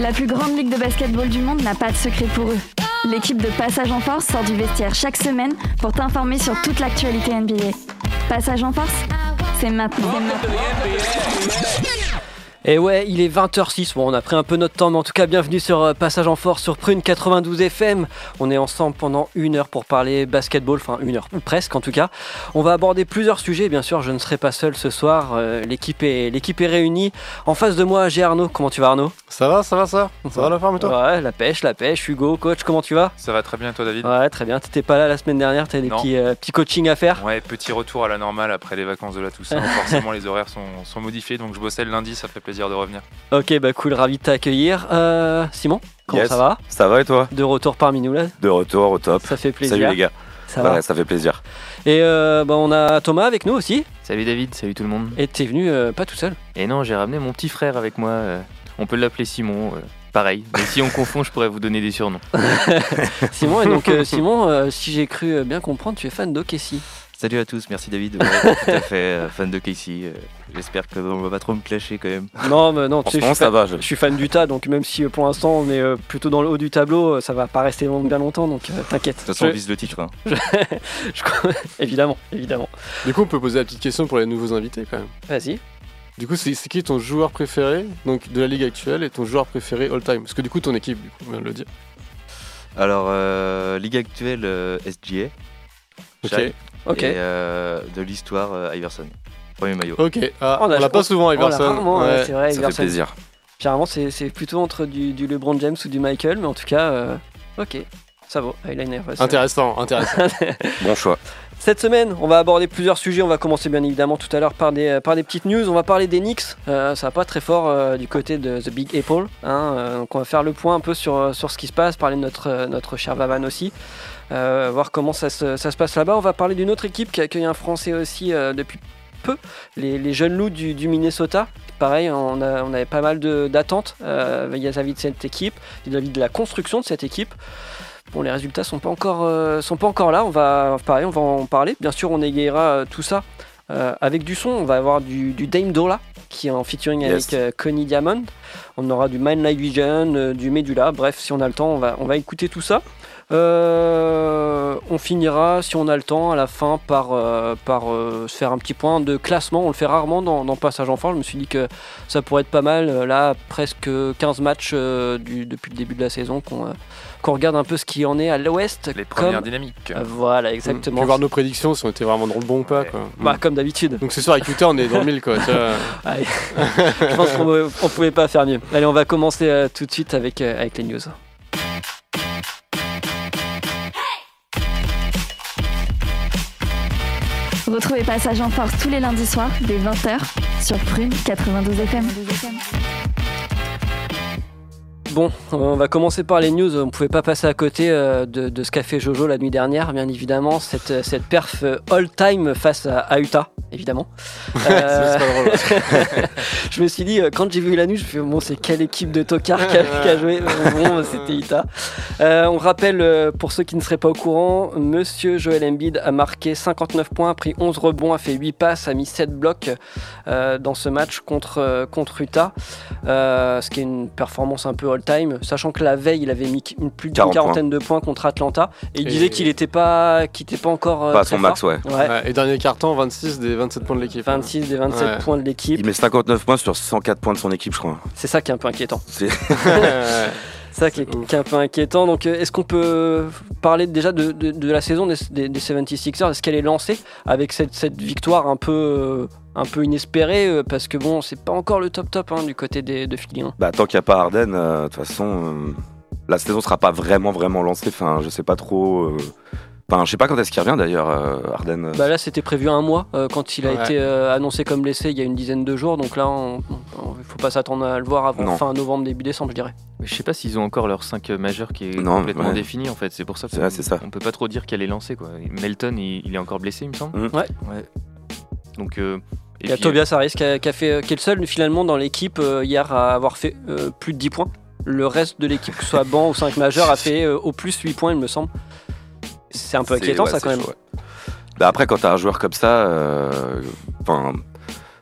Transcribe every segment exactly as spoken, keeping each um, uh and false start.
La plus grande ligue de basketball du monde n'a pas de secret pour eux. L'équipe de Passage en Force sort du vestiaire chaque semaine pour t'informer sur toute l'actualité N B A. Passage en Force, c'est maintenant. C'est maintenant. Et ouais, il est vingt heures six, bon on a pris un peu notre temps, mais en tout cas bienvenue sur euh, Passage en Force sur Prune quatre-vingt-douze F M. On est ensemble pendant une heure pour parler basketball, enfin une heure, ou presque en tout cas. On va aborder plusieurs sujets, bien sûr je ne serai pas seul ce soir, euh, l'équipe, est, l'équipe est réunie. En face de moi j'ai Arnaud, comment tu vas Arnaud ? Ça va, ça va, ça va, ça va la forme et toi ? Ouais, la pêche, la pêche. Hugo, coach, comment tu vas ? Ça va très bien, toi David ? Ouais, très bien, t'étais pas là la semaine dernière, t'as des petits, euh, petits coachings à faire ? Ouais, petit retour à la normale après les vacances de la Toussaint, forcément les horaires sont, sont modifiés, donc je bossais le lundi, ça fait plaisir de revenir. Ok, bah cool, ravi de t'accueillir. Euh, Simon, comment yes. ça va ? Ça va et toi ? De retour parmi nous là ? De retour au top. Ça fait plaisir. Salut les gars. Ça ouais, va ? ça fait plaisir. Et euh, bah, on a Thomas avec nous aussi. Salut David, salut tout le monde. Et t'es venu euh, pas tout seul ? Et non, j'ai ramené mon petit frère avec moi. euh, on peut l'appeler Simon. euh, Pareil, mais si on confond, je pourrais vous donner des surnoms. Simon, et donc euh, Simon, euh, si j'ai cru bien comprendre, tu es fan d'O K C. Salut à tous, merci David. Ouais, tout à fait, euh, fan de Casey. Euh, j'espère qu'on va pas trop me clasher quand même. Non, mais non, tu sais, je suis, ça fan, va, je... je suis fan d'Utah, donc même si euh, pour l'instant on est euh, plutôt dans le haut du tableau, euh, ça va pas rester long, bien longtemps, donc euh, t'inquiète. De toute façon, Je- on vise le titre. Hein. je- je- évidemment, évidemment. Du coup, on peut poser la petite question pour les nouveaux invités quand même. Vas-y. Du coup, c'est, c'est qui ton joueur préféré donc, de la ligue actuelle et ton joueur préféré all-time ? Parce que du coup, ton équipe, du coup, on vient de le dire. Alors, euh, ligue actuelle, euh, S G A. Ok. Shai. Ok. Et euh, de l'histoire, euh, Iverson. Premier maillot. Ok. Ah, On on a- l'a je pas pense- souvent, On l'a Iverson. rarement, ouais, Ouais. c'est vrai, Ça fait Iverson. plaisir. Généralement, c'est, c'est plutôt entre du, du LeBron James ou du Michael, mais en tout cas, euh, ok, ça vaut. Eyeliner, ouais, c'est- Intéressant, intéressant. Bon choix. Cette semaine, on va aborder plusieurs sujets. On va commencer bien évidemment tout à l'heure par des, par des petites news. On va parler des Knicks. Euh, ça va pas très fort euh, du côté de The Big Apple. Hein. Euh, donc on va faire le point un peu sur, sur ce qui se passe, parler de notre, euh, notre cher Vavan aussi. Euh, voir comment ça se, ça se passe là-bas. On va parler d'une autre équipe qui accueille un Français aussi euh, depuis peu, les, les jeunes loups du, du Minnesota. Pareil, on, a, on avait pas mal de, d'attentes euh, vis-à-vis de cette équipe, vis-à-vis de la construction de cette équipe. Bon, les résultats sont pas encore, euh, sont pas encore là. On va, pareil, on va en parler. Bien sûr, on égayera euh, tout ça euh, avec du son. On va avoir du, du Dame Dolla qui est en featuring Yes. avec euh, Connie Diamond. On aura du Mind Light Vision, euh, du Medulla. Bref, si on a le temps, on va, on va écouter tout ça. Euh, on finira, si on a le temps, à la fin par, euh, par euh, se faire un petit point de classement. On le fait rarement dans, dans Passage en Force. Je me suis dit que ça pourrait être pas mal. Euh, Là, presque quinze matchs euh, du, depuis le début de la saison qu'on, euh, qu'on regarde un peu ce qui en est à l'ouest. Les premières comme... dynamiques. Euh, voilà, On exactement. peut voir nos prédictions si on était vraiment dans le bon ou pas. Ouais. Quoi. Bah, comme d'habitude. Donc ce soir avec Utah, on est dans le mille. Quoi, tu vois. Allez. Je pense qu'on ne pouvait pas faire mieux. Allez, on va commencer euh, tout de suite avec, euh, avec les news. Retrouvez Passage en Force tous les lundis soirs dès vingt heures sur Prune quatre-vingt-douze F M. Bon, on va commencer par les news. On ne pouvait pas passer à côté euh, de, de ce qu'a fait Jojo la nuit dernière, bien évidemment. Cette, cette perf euh, all-time face à, à Utah, évidemment. Euh, C'est pas drôle. je me suis dit, euh, quand j'ai vu la nuit, je me suis dit, bon, c'est quelle équipe de tocards qui a, qui a joué ? Bon, c'était Utah. Euh, on rappelle, euh, pour ceux qui ne seraient pas au courant, Monsieur Joel Embiid a marqué cinquante-neuf points, a pris onze rebonds, a fait huit passes, a mis sept blocs euh, dans ce match contre, euh, contre Utah. Euh, ce qui est une performance un peu all-time, sachant que la veille, il avait mis une, plus d'une quarante quarantaine de points contre Atlanta. Et il Et- disait qu'il n'était pas, qu'il était pas encore euh, Pas à très son max, fort. ouais. Ouais. Ouais, et dernier carton, vingt-six des vingt-sept points de l'équipe. vingt-six des vingt-sept Ouais. points de l'équipe. Il met cinquante-neuf points sur cent quatre points de son équipe, je crois. C'est ça qui est un peu inquiétant. C'est... Ouais. C'est ça qui est, C'est ouf. qui est un peu inquiétant. Donc, euh, est-ce qu'on peut parler déjà de, de, de la saison des, des, des soixante-sixers ? Est-ce qu'elle est lancée avec cette, cette victoire un peu, euh, un peu inespérée euh, Parce que bon, c'est pas encore le top top hein, du côté des, de Philly. Hein. Bah, tant qu'il n'y a pas Harden, euh, de toute façon, euh, la saison sera pas vraiment, vraiment lancée. Enfin, je sais pas trop. euh, Enfin, je sais pas quand est-ce qu'il revient d'ailleurs, euh, Harden. Bah là, c'était prévu un mois euh, quand il a Ouais. été euh, annoncé comme blessé il y a une dizaine de jours. Donc là, il ne faut pas s'attendre à le voir avant Non. fin novembre, début décembre, je dirais. Mais je sais pas s'ils ont encore leur cinq majeurs qui est Non, complètement ouais. défini en fait. C'est pour ça C'est qu'on vrai, c'est ça. on peut pas trop dire qu'elle est lancée quoi. Melton, il, il est encore blessé, il me semble. Mm. Ouais. Ouais. Donc. euh, et Il y a puis, Tobias Harris qui, a, qui, a fait, qui est le seul finalement dans l'équipe euh, hier à avoir fait euh, plus de dix points. Le reste de l'équipe, que ce soit banc ou cinq majeurs, a fait euh, au plus huit points, il me semble. C'est un peu C'est- inquiétant ouais, ça c'est quand même. chaud, ouais. Bah, après, quand t'as un joueur comme ça, euh, enfin,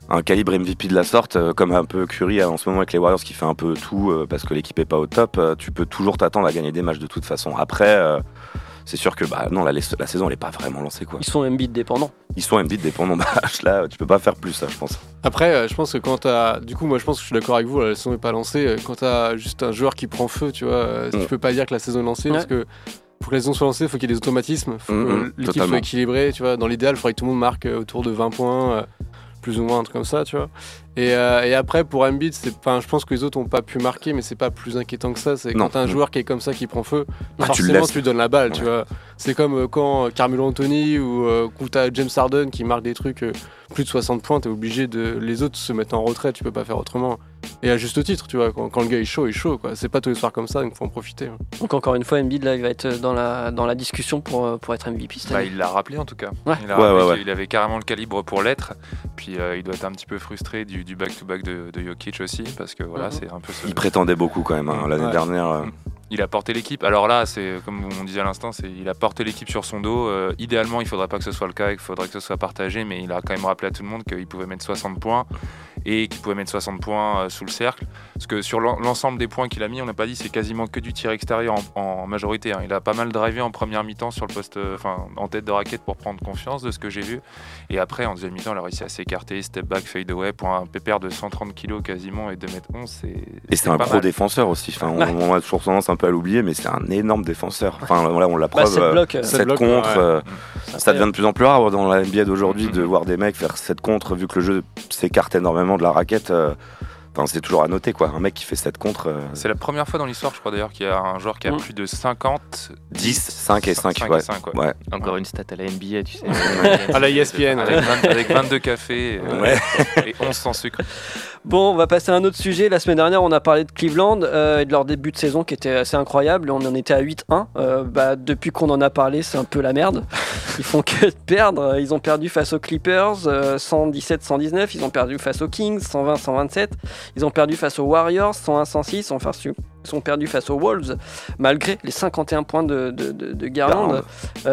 un calibre M V P de la sorte, euh, comme un peu Curry en ce moment avec les Warriors qui fait un peu tout euh, parce que l'équipe est pas au top, euh, tu peux toujours t'attendre à gagner des matchs de toute façon. Après, euh, c'est sûr que bah non, la, la saison elle est pas vraiment lancée quoi. Ils sont Embiid dépendants. Ils sont Embiid dépendants. Bah, là, tu peux pas faire plus ça, je pense. Après, euh, je pense que quand t'as. Du coup, moi je pense que je suis d'accord avec vous, la saison n'est pas lancée. Euh, Quand t'as juste un joueur qui prend feu, tu vois, euh, Mm. tu peux pas dire que la saison est lancée Ouais. parce que. Pour que la saison soit lancée, il faut qu'il y ait des automatismes, il faut Mm, que mm, l'équipe totalement. soit équilibrée, tu vois. Dans l'idéal, il faudrait que tout le monde marque euh, autour de vingt points, euh, plus ou moins, un truc comme ça, tu vois. Et, euh, et après, pour Embiid, c'est, enfin, je pense que les autres n'ont pas pu marquer, mais c'est pas plus inquiétant que ça. C'est Non. quand t'as un joueur qui est comme ça, qui prend feu, Ah, tu le forcément, laisses. tu lui donnes la balle, tu Ouais. vois. C'est comme euh, quand Carmelo Anthony ou euh, quand t'as James Harden qui marque des trucs euh, plus de soixante points, t'es obligé de. Les autres se mettent en retrait, tu peux pas faire autrement. Et à juste titre, tu vois, quand, quand le gars est chaud, il est chaud, quoi. C'est pas tous les soirs comme ça, donc faut en profiter. hein. Donc encore une fois, Embiid là, il va être dans la dans la discussion pour euh, pour être M V P cette Bah, année. il l'a rappelé en tout cas. Ouais. Il a Ouais, rappelé ouais, ouais. qu'il avait carrément le calibre pour l'être. Puis euh, il doit être un petit peu frustré du, du back-to-back de, de Jokic aussi parce que voilà, Mhm. c'est un peu ce... Il prétendait beaucoup quand même hein, l'année Ouais. dernière. euh. Il a porté l'équipe. Alors là, c'est comme on disait à l'instant, c'est il a porté l'équipe sur son dos. Euh, idéalement, il faudrait pas que ce soit le cas, il faudrait que ce soit partagé, mais il a quand même rappelé à tout le monde qu'il pouvait mettre soixante points et qu'il pouvait mettre soixante points euh, sous le cercle. Parce que sur l'en- l'ensemble des points qu'il a mis, on n'a pas dit c'est quasiment que du tir extérieur en, en majorité. hein. Il a pas mal drivé en première mi-temps sur le poste, euh, enfin en tête de raquette pour prendre confiance de ce que j'ai vu. Et après, en deuxième mi-temps, il a réussi à s'écarter, step back, fade away pour un pépère de cent trente kilos quasiment et deux mètres onze. C'est, Et c'est un pas pro mal. défenseur aussi. Enfin, on, Ouais. on a toujours tendance un peu à l'oublier, mais c'est un énorme défenseur. Enfin, voilà, on l'a Bah, preuve. sept euh, blocs, euh, sept sept blocs, contre, ouais. euh, c'est ça devient de plus en plus rare dans la N B A d'aujourd'hui de Mhm. voir des mecs faire sept contre, vu que le jeu s'écarte énormément de la raquette. euh, Enfin, c'est toujours à noter quoi. Un mec qui fait sept contre, euh, C'est la première fois dans l'histoire, je crois d'ailleurs, qu'il y a un joueur qui a Mm. plus de cinquante, dix, cinq et cinq, cinq ouais. cinq, ouais. Ouais. Encore une stat à la N B A, tu sais. À la E S P N. Avec, vingt avec vingt-deux cafés euh, Ouais. et onze sans sucre. Bon, on va passer à un autre sujet. La semaine dernière, on a parlé de Cleveland euh, et de leur début de saison qui était assez incroyable. On en était à huit un. Euh, bah, depuis qu'on en a parlé, c'est un peu la merde. Ils font que de perdre. Ils ont perdu face aux Clippers, euh, cent dix-sept à cent dix-neuf. Ils ont perdu face aux Kings, cent vingt à cent vingt-sept. Ils ont perdu face aux Warriors, cent un à cent six. Enfin, ils ont perdu face aux Wolves, malgré les cinquante et un points de, de, de, de Garland. Garland.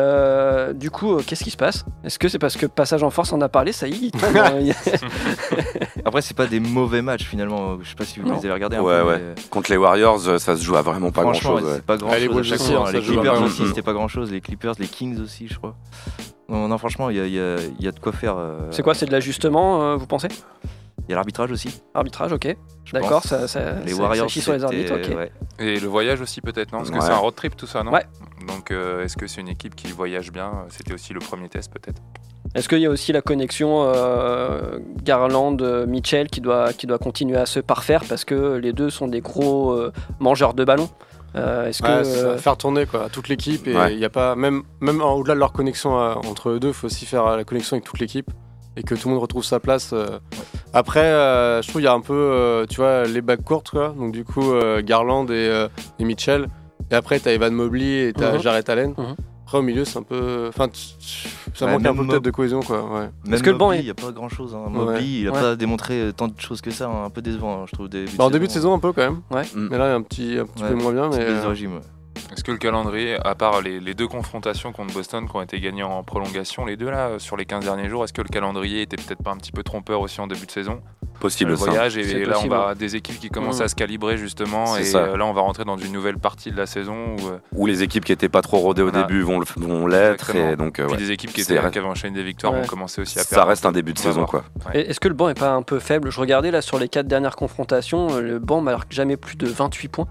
Euh, du coup, euh, qu'est-ce qui se passe? Est-ce que c'est parce que Passage en Force en a parlé? Ça y est, il tombe. hein. Il y a- Après, c'est pas des mauvais matchs finalement. Je sais pas si vous Non. les avez regardés un Ouais, peu. ouais. mais, Contre les Warriors, euh, ça se joue à vraiment pas grand franchement, chose. ouais, c'est pas grand Ah, les chose à Wolves chaque aussi, fois. ça Les joue à Clippers pas aussi, grand- c'était pas grand chose. Les Clippers, les Kings aussi, je crois. Non, non franchement, il y a, il y a- il y a de quoi faire. euh, C'est quoi? C'est de l'ajustement, euh, vous pensez? Il y a l'arbitrage aussi. Arbitrage, ok. je D'accord, pense. ça, ça, Les ça- Warriors, ça chie sur les arbitres, c'était- ok. ouais. Et le voyage aussi peut-être, non? Parce que Ouais. c'est un road trip tout ça, non? Ouais. Donc euh, est-ce que c'est une équipe qui voyage bien? C'était aussi le premier test peut-être. Est-ce qu'il y a aussi la connexion euh, Garland-Mitchell qui doit, qui doit continuer à se parfaire parce que les deux sont des gros euh, mangeurs de ballon? Euh, Est-ce que Ouais, c'est euh, à faire tourner quoi, toute l'équipe et il Ouais. y a pas même même en- au-delà de leur connexion euh, entre eux deux, il faut aussi faire euh, la connexion avec toute l'équipe et que tout le monde retrouve sa place. euh. Après, euh, je trouve il y a un peu, euh, tu vois, les bacs courtes quoi. Donc du coup, euh, Garland et, euh, et Mitchell. Et après, t'as Evan Mobley et t'as Mhm. Jarrett Allen. Mhm. Après au milieu, c'est un peu, enfin, tu- tu- ça Ouais, manque un même peu Mob- peut-être de cohésion quoi. Ouais. Même que le banc Mobley, est- il n'y a pas grand chose. Hein. Ouais. Mobley, il a Ouais. pas démontré euh, tant de choses que ça. hein. Un peu décevant, hein, je trouve. Début Bah, en début de saison un peu quand même. Ouais. Mm. Mais là, il y a un petit, un petit Ouais, peu moins bien. Petite Mais baisse de euh, régime. ouais. Est-ce que le calendrier, à part les, les deux confrontations contre Boston qui ont été gagnées en prolongation, les deux là, sur les quinze derniers jours, est-ce que le calendrier était peut-être pas un petit peu trompeur aussi en début de saison? Possible Le ça. voyage, et C'est là possible. on va des équipes qui commencent Mhm. à se calibrer justement, C'est et ça. euh, là on va rentrer dans une nouvelle partie de la saison où euh, Où les équipes qui étaient pas trop rodées au Voilà. début vont le- vont l'être Exactement. et donc euh, puis ouais. des équipes qui, C'est étaient, vrai. qui avaient enchaîné des victoires Ouais. vont commencer aussi à Ça perdre. reste un début de On va saison voir. quoi. Et Est-ce que le banc est pas un peu faible? Je regardais là sur les quatre dernières confrontations, euh, le banc marque jamais plus de vingt-huit points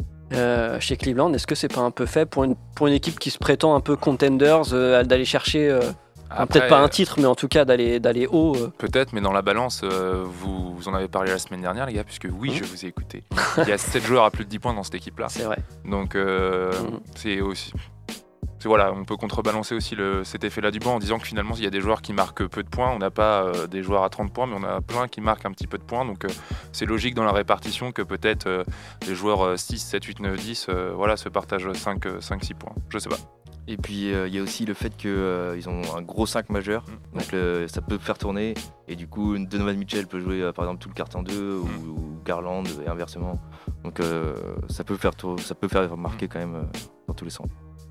euh, chez Cleveland. Est-ce que c'est pas un peu faible pour une, pour une équipe qui se prétend un peu contenders, euh, d'aller chercher, euh, enfin, Après, peut-être pas un titre, mais en tout cas d'aller d'aller haut euh. Peut-être, mais dans la balance, euh, vous, vous en avez parlé la semaine dernière, les gars, puisque oui, Mhm. je vous ai écouté. Il y a sept joueurs à plus de dix points dans cette équipe-là. C'est vrai. Donc, euh, Mhm. c'est aussi. C'est voilà, on peut contrebalancer aussi le, cet effet-là du banc en disant que finalement, il y a des joueurs qui marquent peu de points. On n'a pas euh, des joueurs à trente points, mais on a plein qui marquent un petit peu de points. Donc, euh, c'est logique dans la répartition que peut-être euh, les joueurs euh, six, sept, huit, neuf, dix euh, voilà, se partagent cinq, six points. Je sais pas. Et puis il euh, y a aussi le fait qu'ils ont un gros cinq majeur, Mm. donc le- ça peut faire tourner. Et du coup, Donovan Mitchell peut jouer euh, par exemple tout le carton deux ou, Mm. ou Garland et inversement. Donc euh, ça peut faire tour- ça peut faire marquer quand même euh, dans tous les sens.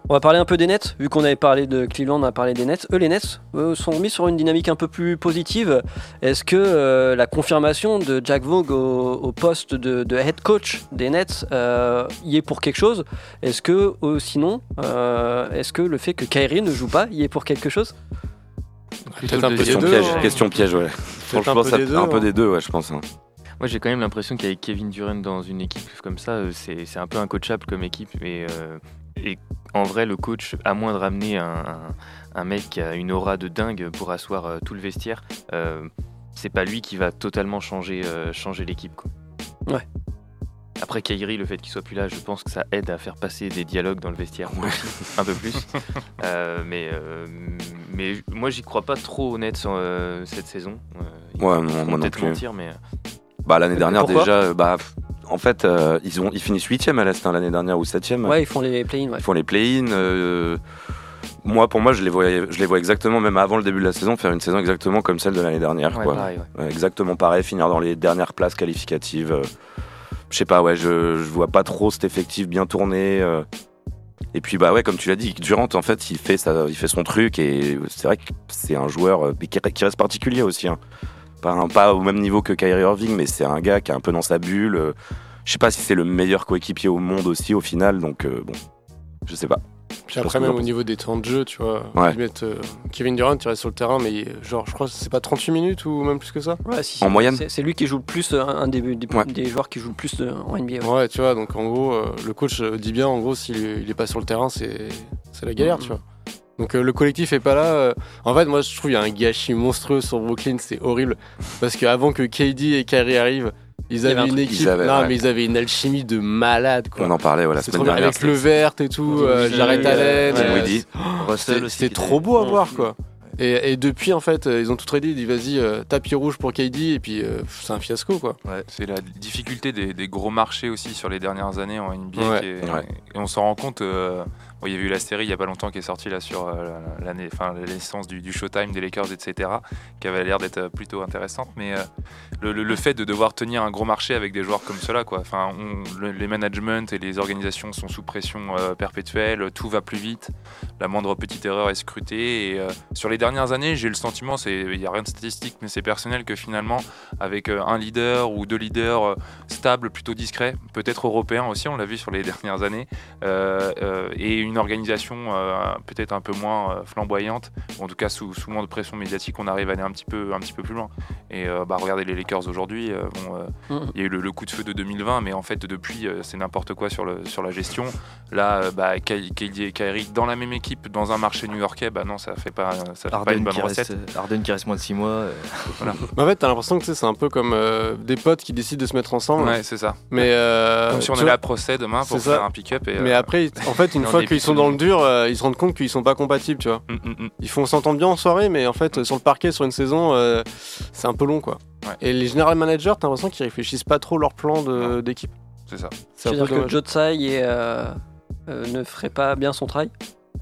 On va parler un peu des Nets, vu qu'on avait parlé de Cleveland, on a parlé des Nets. Eux, les Nets, eux, sont remis sur une dynamique un peu plus positive. Est-ce que euh, la confirmation de Jack Vaughn au, au poste de, de head coach des Nets euh, y est pour quelque chose? Est-ce que, euh, sinon, euh, est-ce que le fait que Kyrie ne joue pas y est pour quelque chose? Peut-être un peu des Question deux. piège, hein. question piège, ouais. Peut-être Franchement, un peu ça- des deux, un peu hein. des deux, ouais, je pense. hein. Moi, j'ai quand même l'impression qu'avec Kevin Durant dans une équipe comme ça, euh, c'est, c'est un peu incoachable comme équipe. Et, euh, et en vrai, le coach, à moins de ramener un, un, un mec qui a une aura de dingue pour asseoir euh, tout le vestiaire, euh, c'est pas lui qui va totalement changer, euh, changer l'équipe, quoi. Ouais. Après Kyrie, le fait qu'il soit plus là, je pense que ça aide à faire passer des dialogues dans le vestiaire aussi, un peu plus. Euh, mais, euh, mais moi, j'y crois pas trop honnête sur euh, cette saison. Euh, ils Ouais, vont non, moi non peut-être plus. mentir, mais Bah, l'année dernière, Pourquoi déjà, euh, bah, pff, en fait, euh, ils, ont, ils finissent huitième à l'Est hein, l'année dernière ou septième. Ouais, ils font les play-in, ouais. Ils font les play-in. euh, moi, pour moi, je les, voyais, je les vois exactement, même avant le début de la saison, faire une saison exactement comme celle de l'année dernière. ouais, quoi. pareil. Ouais. Ouais, exactement pareil, finir dans les dernières places qualificatives. euh, je sais pas, ouais, je, je vois pas trop cet effectif bien tourné. euh. Et puis, bah ouais, comme tu l'as dit, Durant, en fait, il fait, ça, il fait son truc et c'est vrai que c'est un joueur euh, qui, qui reste particulier aussi. hein. Pas, un- pas au même niveau que Kyrie Irving, mais c'est un gars qui est un peu dans sa bulle. euh. Je sais pas si c'est le meilleur coéquipier au monde aussi au final, donc euh, bon, je sais pas. Puis Je sais pas ce après, que même vous en au niveau des temps de jeu, tu vois, Ouais. ils mettent, euh, Kevin Durant, il reste sur le terrain, mais euh, genre, je crois que c'est pas trente-huit minutes ou même plus que ça. Ouais, si, si. En moyenne C'est, c'est lui qui joue le plus, euh, un des, des, Ouais. des joueurs qui joue le plus de- en N B A. ouais. Ouais, tu vois, donc en gros, euh, le coach euh, dit bien, en gros, s'il il est pas sur le terrain, c'est c'est la galère, Mhm. tu vois. Donc euh, le collectif est pas là. euh. En fait, moi, je trouve qu'il y a un gâchis monstrueux sur Brooklyn, c'est horrible. Parce qu'avant que K D et Kyrie arrivent, ils y avait avaient un une truc, équipe. ils avaient, non, ouais. mais ils avaient une alchimie de malade, quoi. On en parlait ouais, la C'est semaine trop bien, dernière. avec le vert et tout, euh, Dinwiddie, Jarrett Allen. Dinwiddie. euh, Dinwiddie. Russell C'était aussi. c'était qui trop était- beau à Ouais. voir, quoi. Et, et depuis, en fait, euh, ils ont tout traité. Ils disent vas-y, euh, tapis rouge pour K D, et puis euh, pff, c'est un fiasco, quoi. C'est la difficulté des, des gros marchés aussi sur les dernières années en N B A. Ouais. qui est- Ouais. Et on s'en rend compte. euh, bon, il y a eu la série il y a pas longtemps qui est sortie là sur euh, l'année, enfin la naissance du, du Showtime des Lakers, et cetera, qui avait l'air d'être euh, plutôt intéressante. Mais euh, le, le- le fait de devoir tenir un gros marché avec des joueurs comme cela, quoi. Enfin, on- le- les managements et les organisations sont sous pression euh, perpétuelle. Tout va plus vite. La moindre petite erreur est scrutée. Et euh, sur les dernières années, j'ai le sentiment, c'est il y a rien de statistique, mais c'est personnel, que finalement, avec euh, un leader ou deux leaders euh, stables, plutôt discrets, peut-être européens aussi, on l'a vu sur les dernières années, euh, euh, et une organisation euh, peut-être un peu moins euh, flamboyante, ou en tout cas sous, sous moins de pression médiatique, on arrive à aller un petit peu, un petit peu plus loin. Et euh, bah, regardez les Lakers aujourd'hui, euh, bon, euh, Mhm. il y a eu le, le coup de feu de deux mille vingt, mais en fait depuis euh, c'est n'importe quoi sur, le, sur la gestion. Là, euh, bah, Ky- K D et Kyrie dans la même équipe, dans un marché new-yorkais, bah non, ça fait pas, ça fait pas Harden une bonne qui, recette. reste, Harden qui reste moins de six mois. euh, Mais en fait, t'as l'impression que tu sais, c'est un peu comme euh, des potes qui décident de se mettre ensemble. Ouais, c'est ça. Mais euh, Comme si on tu allait vois, à procès demain pour c'est ça. faire un pick-up. Et, Mais euh, après, en fait, une Dans fois des qu'ils sont pics dans le dur, euh, ils se rendent compte qu'ils sont pas compatibles, tu vois. hum, hum, hum. Ils font s'entendre bien en soirée, mais en fait, sur le parquet, sur une saison, euh, c'est un peu long, quoi. Ouais. Et les general managers, t'as l'impression qu'ils réfléchissent pas trop leur plan de- Non. d'équipe. C'est ça. C'est Tu un veux peu dire que dommage. Joe Tsai et, euh, euh, ne ferait pas bien son travail?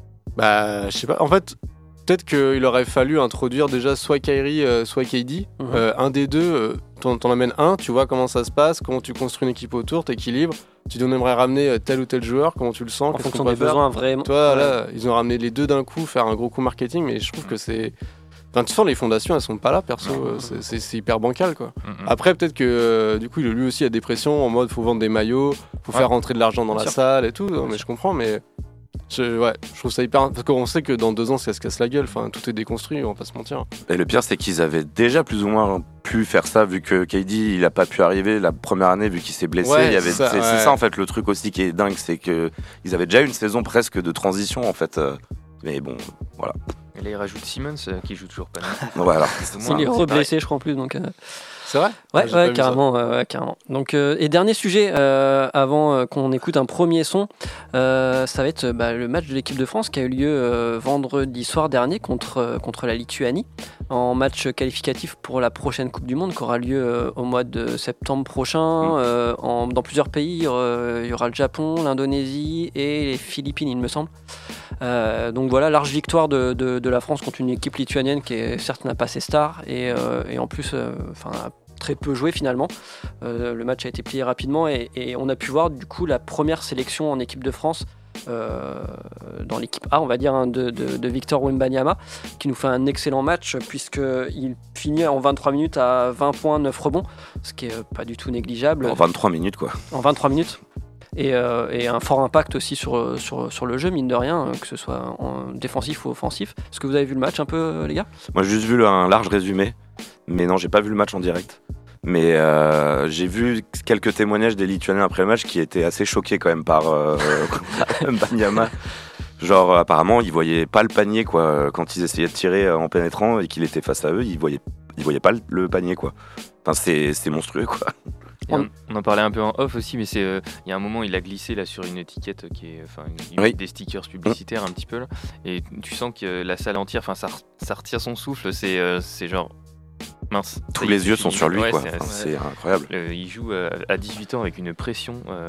Bah, je sais pas. En fait, peut-être qu'il aurait fallu introduire déjà soit Kyrie, euh, soit K D. Mhm. Euh, un des deux, euh, t'en, t'en amènes un, tu vois comment ça se passe, comment tu construis une équipe autour, t'équilibres. Tu dois aimerais ramener euh, tel ou tel joueur, comment tu le sens, En qu'est-ce fonction qu'on des peut faire. besoins, vraiment. Toi, Ouais. là, ils ont ramené les deux d'un coup, faire un gros coup marketing, mais je trouve que c'est. Enfin, tu sens, les fondations, elles sont pas là, perso. Non. euh, c'est, c'est- c'est hyper bancal, quoi. Hum, hum. Après, peut-être que euh, du coup, il a lui aussi a des pressions en mode faut vendre des maillots, faut Ouais. faire rentrer de l'argent dans Bien la sûr. salle et tout. Non, mais je comprends, mais je, ouais, je trouve ça hyper. Parce qu'on sait que dans deux ans, ça se casse la gueule. Enfin, tout est déconstruit, on va pas se mentir. Et le pire, c'est qu'ils avaient déjà plus ou moins pu faire ça, vu que K D, il a pas pu arriver la première année, vu qu'il s'est blessé. Ouais, il y avait, c'est ça, c'est, c'est ouais. ça, en fait, le truc aussi qui est dingue, c'est que ils avaient déjà une saison presque de transition, en fait. euh, Mais bon, voilà. Et là, il rajoute Simmons euh, qui joue toujours pas. Voilà. Il est re-blessé, je crois, en plus. Donc, euh, C'est vrai Ouais, Ah, j'ai pas ouais, vu ça. carrément, ouais, ouais, carrément. Donc, euh, et dernier sujet, euh, avant euh, qu'on écoute un premier son, euh, ça va être euh, bah, le match de l'équipe de France qui a eu lieu euh, vendredi soir dernier contre, euh, contre la Lituanie, en match qualificatif pour la prochaine Coupe du Monde qui aura lieu euh, au mois de septembre prochain. Mm. Euh, en, dans plusieurs pays, euh, il y aura le Japon, l'Indonésie et les Philippines, il me semble. Euh, donc voilà, large victoire de, de, de la France contre une équipe lituanienne qui est, certes n'a pas ses stars et, euh, et en plus euh, enfin, a très peu joué finalement. Euh, le match a été plié rapidement et, et on a pu voir du coup la première sélection en équipe de France euh, dans l'équipe A, on va dire, hein, de, de, de Victor Wembanyama, qui nous fait un excellent match puisqu'il finit en vingt-trois minutes à vingt points, neuf rebonds, ce qui est pas du tout négligeable. En vingt-trois minutes, quoi. En vingt-trois minutes. Et, euh, et un fort impact aussi sur, sur, sur le jeu, mine de rien, que ce soit en défensif ou offensif. Est-ce que vous avez vu le match un peu, les gars ? Moi, j'ai juste vu un large résumé, mais non, j'ai pas vu le match en direct. Mais euh, j'ai vu quelques témoignages des Lituaniens après le match qui étaient assez choqués quand même par euh, Wembanyama. Genre, apparemment, ils voyaient pas le panier, quoi, quand ils essayaient de tirer en pénétrant et qu'il était face à eux, ils voyaient, ils voyaient pas le, le panier, quoi. Enfin, c'est, c'est monstrueux, quoi. On, on en parlait un peu en off aussi, mais c'est il euh, y a un moment il a glissé là sur une étiquette qui est enfin une, une, oui. des stickers publicitaires un petit peu là, et tu sens que euh, la salle entière, enfin ça, ça retire son souffle, c'est euh, c'est genre mince. Tous les yeux sont sur lui, ouais, quoi. C'est, enfin, c'est, c'est incroyable. Euh, il joue euh, à dix-huit ans avec une pression. Euh,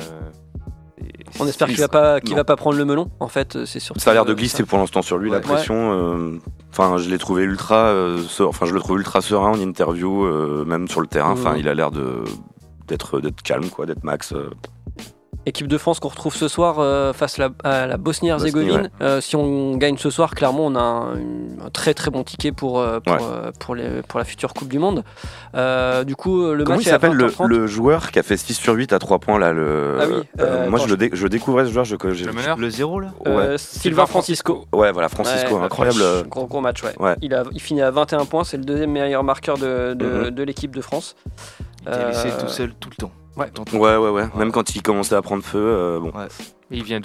On espère qu'il va pas qu'il va pas prendre le melon. En fait, c'est sûr. Ça a l'air de glisser pour l'instant sur lui, ouais. La pression. Enfin, euh, je l'ai trouvé ultra. Euh, se, enfin, je le trouve ultra serein en interview, euh, même sur le terrain. Enfin, mmh. il a l'air de d'être d'être calme, quoi, d'être max. Euh. Équipe de France qu'on retrouve ce soir euh, face à la, à la Bosnie-Herzégovine. Bosnie, ouais. euh, si on gagne ce soir, clairement, on a un, un très très bon ticket pour euh, pour, ouais. euh, pour, les, pour la future Coupe du Monde. Euh, du coup, le Comment match il est s'appelle à vingt heures trente. le, le joueur qui a fait six sur huit à trois points là le... Ah oui. Euh, euh, moi, je, le dé- je découvrais ce joueur. Je, je, le meneur Le zéro là. Euh, ouais. Sylvain Francisco. Ouais, voilà, Francisco, ouais, incroyable. Match, gros gros match, ouais. ouais. Il a il finit à vingt et un points. C'est le deuxième meilleur marqueur de de, mm-hmm. de l'équipe de France. Il était laissé euh... tout seul tout le temps. Ouais. ouais, ouais, ouais. Même quand il commençait à prendre feu, euh, bon. Ouais. Et il vient d'où ?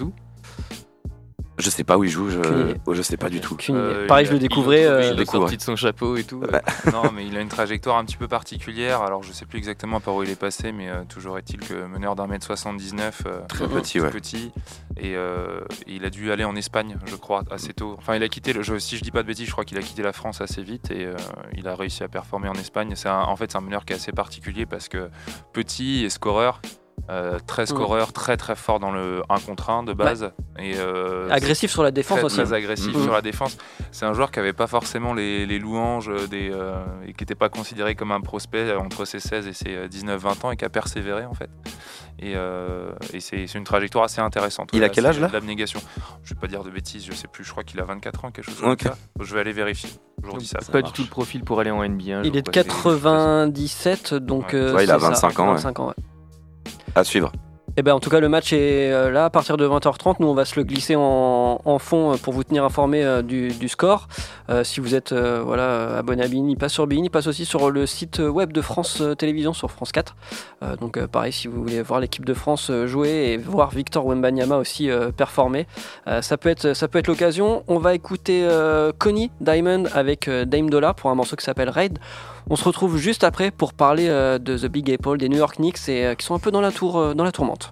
Je sais pas où il joue, je, oh, je sais pas du tout. Euh, Pareil, je le découvrais. Il, euh, il est sorti de son chapeau et tout. Ouais. Non, mais il a une trajectoire un petit peu particulière. Alors, je sais plus exactement par où il est passé, mais euh, toujours est-il que meneur d'un mètre soixante-dix-neuf, euh, très petit, ouais. petit, et euh, il a dû aller en Espagne, je crois, assez tôt. Enfin, il a quitté. Le jeu, si je dis pas de bêtises, je crois qu'il a quitté la France assez vite et euh, il a réussi à performer en Espagne. C'est un, en fait, c'est un meneur qui est assez particulier parce que petit et scoreur. Euh, très scoreur, mmh. très très fort dans le un contre un de base. Ouais. Et, euh, agressif sur la défense très, aussi. Très agressif mmh. sur la défense. C'est un joueur qui n'avait pas forcément les, les louanges des, euh, et qui n'était pas considéré comme un prospect entre ses seize et ses dix-neuf vingt ans et qui a persévéré en fait. Et, euh, et c'est, c'est une trajectoire assez intéressante. Il ouais, a quel âge là ? L'abnégation. Je vais pas dire de bêtises, je sais plus, je crois qu'il a vingt-quatre ans, quelque chose okay. comme ça. Je vais aller vérifier. Je dis ça. ça pas marche. Du tout le profil pour aller en N B A. Il est de quatre-vingt-dix-sept, donc ouais. Euh, ouais, il a vingt-cinq ans. vingt-cinq ans ouais. À suivre. Et ben en tout cas le match est euh, là à partir de vingt heures trente. Nous on va se le glisser en, en fond pour vous tenir informé euh, du, du score. Euh, si vous êtes euh, voilà abonné à Bein, il passe sur Bein, il passe aussi sur le site web de France Télévisions sur France quatre. Euh, donc euh, pareil, si vous voulez voir l'équipe de France jouer et voir Victor Wembanyama aussi euh, performer, euh, ça peut être ça peut être l'occasion. On va écouter euh, Connie Diamond avec euh, Dame Dollar pour un morceau qui s'appelle Raid. On se retrouve juste après pour parler euh, de The Big Apple, des New York Knicks et euh, qui sont un peu dans la tour euh, dans la tourmente.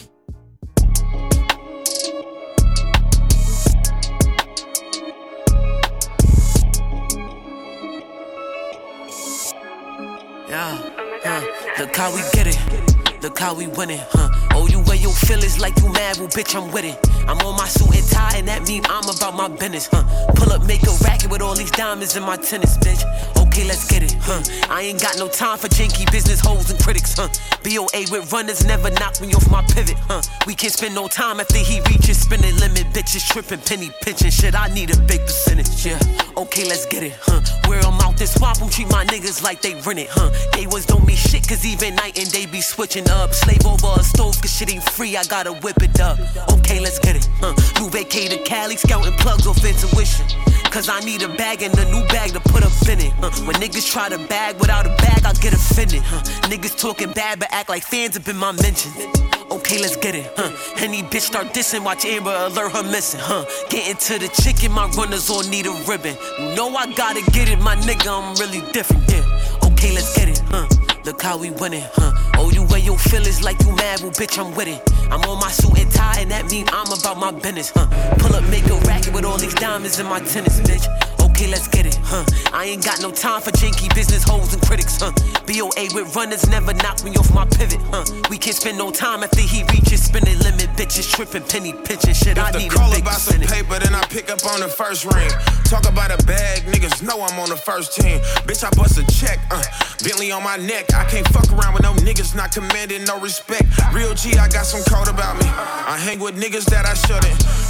Yeah, uh, look how we get it, look how we win it, huh? Oh, you wear your feelings like you mad, well, bitch, I'm with it. I'm on my suit and tie, and that mean I'm about my business, huh? Pull up, make a racket with all these diamonds in my tennis, bitch. Okay, let's get it, huh? I ain't got no time for janky business hoes and critics, huh? B O A with runners never knock me off my pivot, huh? We can't spend no time after he reaches spending limit, bitches tripping, penny pinching, shit, I need a big percentage, yeah. Okay, let's get it, huh? Where I'm out this swamp, I'm treat my niggas like they rent it, huh? They was don't mean shit, cause even night and day be switching up. Slave over a stove, cause shit ain't free, I gotta whip it up. Okay, let's get it, huh? New vacated Cali, scouting plugs off intuition. Cause I need a bag and a new bag to put up in it, huh? When niggas try to bag without a bag, I get offended, huh? Niggas talking bad but act like fans up in my mentions. Okay, let's get it, huh? Any bitch start dissing, watch Amber alert her missing, huh? Getting to the chicken, my runners all need a ribbon. You know I gotta get it, my nigga, I'm really different, yeah. Okay, let's get it, huh? Look how we winning, huh? Oh, you wear your feelings like you mad, well, bitch, I'm with it. I'm on my suit and tie, and that mean I'm about my business, huh? Pull up, make a racket with all these diamonds in my tennis, bitch. Okay, let's get it, huh? I ain't got no time for janky business hoes and critics, huh? B O A with runners never knock me off my pivot, huh? We can't spend no time after he reaches spending limit, bitches tripping, penny pinching, shit, I need a big percentage. If the call about some paper, then I pick up on the first ring. Talk about a bag, niggas know I'm on the first team. Bitch, I bust a check, uh, Bentley on my neck. I can't fuck around with no niggas not commanding no respect. Real G, I got some code about me. I hang with niggas that I shouldn't.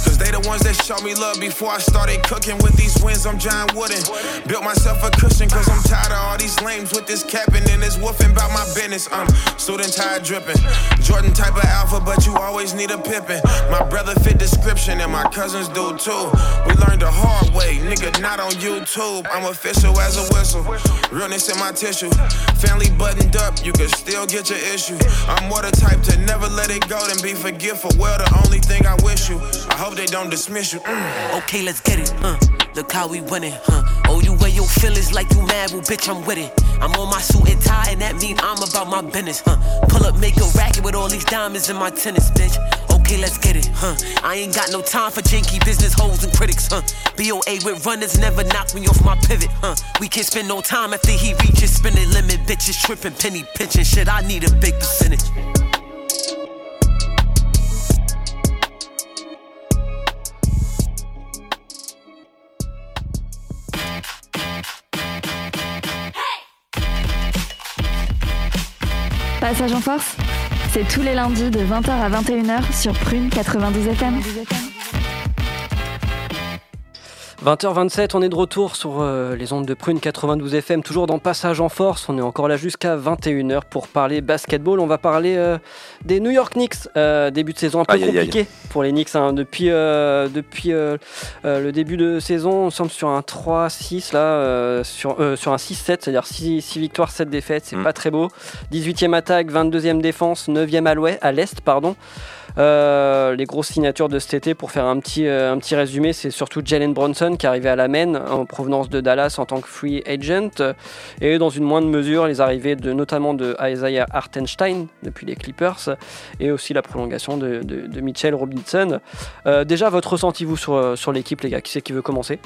Cause they the ones that showed me love before I started cooking. With these wins, I'm John Wooden. Built myself a cushion cause I'm tired of all these lames with this capping and this woofing about my business. I'm student tired dripping. Jordan type of alpha, but you always need a pippin'. My brother fit description and my cousins do too. We learned the hard way, nigga, not on YouTube. I'm official as a whistle, realness in my tissue. Family buttoned up, you can still get your issue. I'm more the type to never let it go than be forgetful. Well, the only thing I wish you, I hope they don't dismiss you. Mm. Okay, let's get it, huh? Look how we winning, huh? Oh, you wear your feelings like you mad, well, bitch, I'm with it. I'm on my suit and tie, and that mean I'm about my business, huh? Pull up, make a racket with all these diamonds in my tennis, bitch. Okay, let's get it, huh? I ain't got no time for janky business hoes and critics, huh? B O A with runners never knock me off my pivot, huh? We can't spend no time after he reaches spending limit, bitches tripping, penny pinching shit. I need a big percentage. Passage en force, c'est tous les lundis de vingt heures à vingt et une heures sur Prune quatre-vingt-douze F M. vingt heures vingt-sept, on est de retour sur euh, les ondes de Prune quatre-vingt-douze F M, toujours dans Passage en force. On est encore là jusqu'à vingt et une heures pour parler basketball. On va parler euh, des New York Knicks. Euh, début de saison un peu aïe, compliqué aïe, aïe. pour les Knicks. Hein. Depuis, euh, depuis euh, euh, le début de saison, on semble sur un trois six, là, euh, sur, euh, sur un six sept, c'est-à-dire six, six victoires, sept défaites. C'est mm. pas très beau. dix-huitième attaque, vingt-deuxième défense, neuvième à l'ouest, à l'est, pardon. Euh, les grosses signatures de cet été, pour faire un petit, euh, un petit résumé, c'est surtout Jalen Brunson qui est arrivé à la Maine en provenance de Dallas en tant que free agent, et dans une moindre mesure les arrivées de, notamment de Isaiah Hartenstein depuis les Clippers, et aussi la prolongation de, de, de Mitchell Robinson. Euh, déjà, votre ressenti vous sur, sur l'équipe, les gars? Qui c'est qui veut commencer?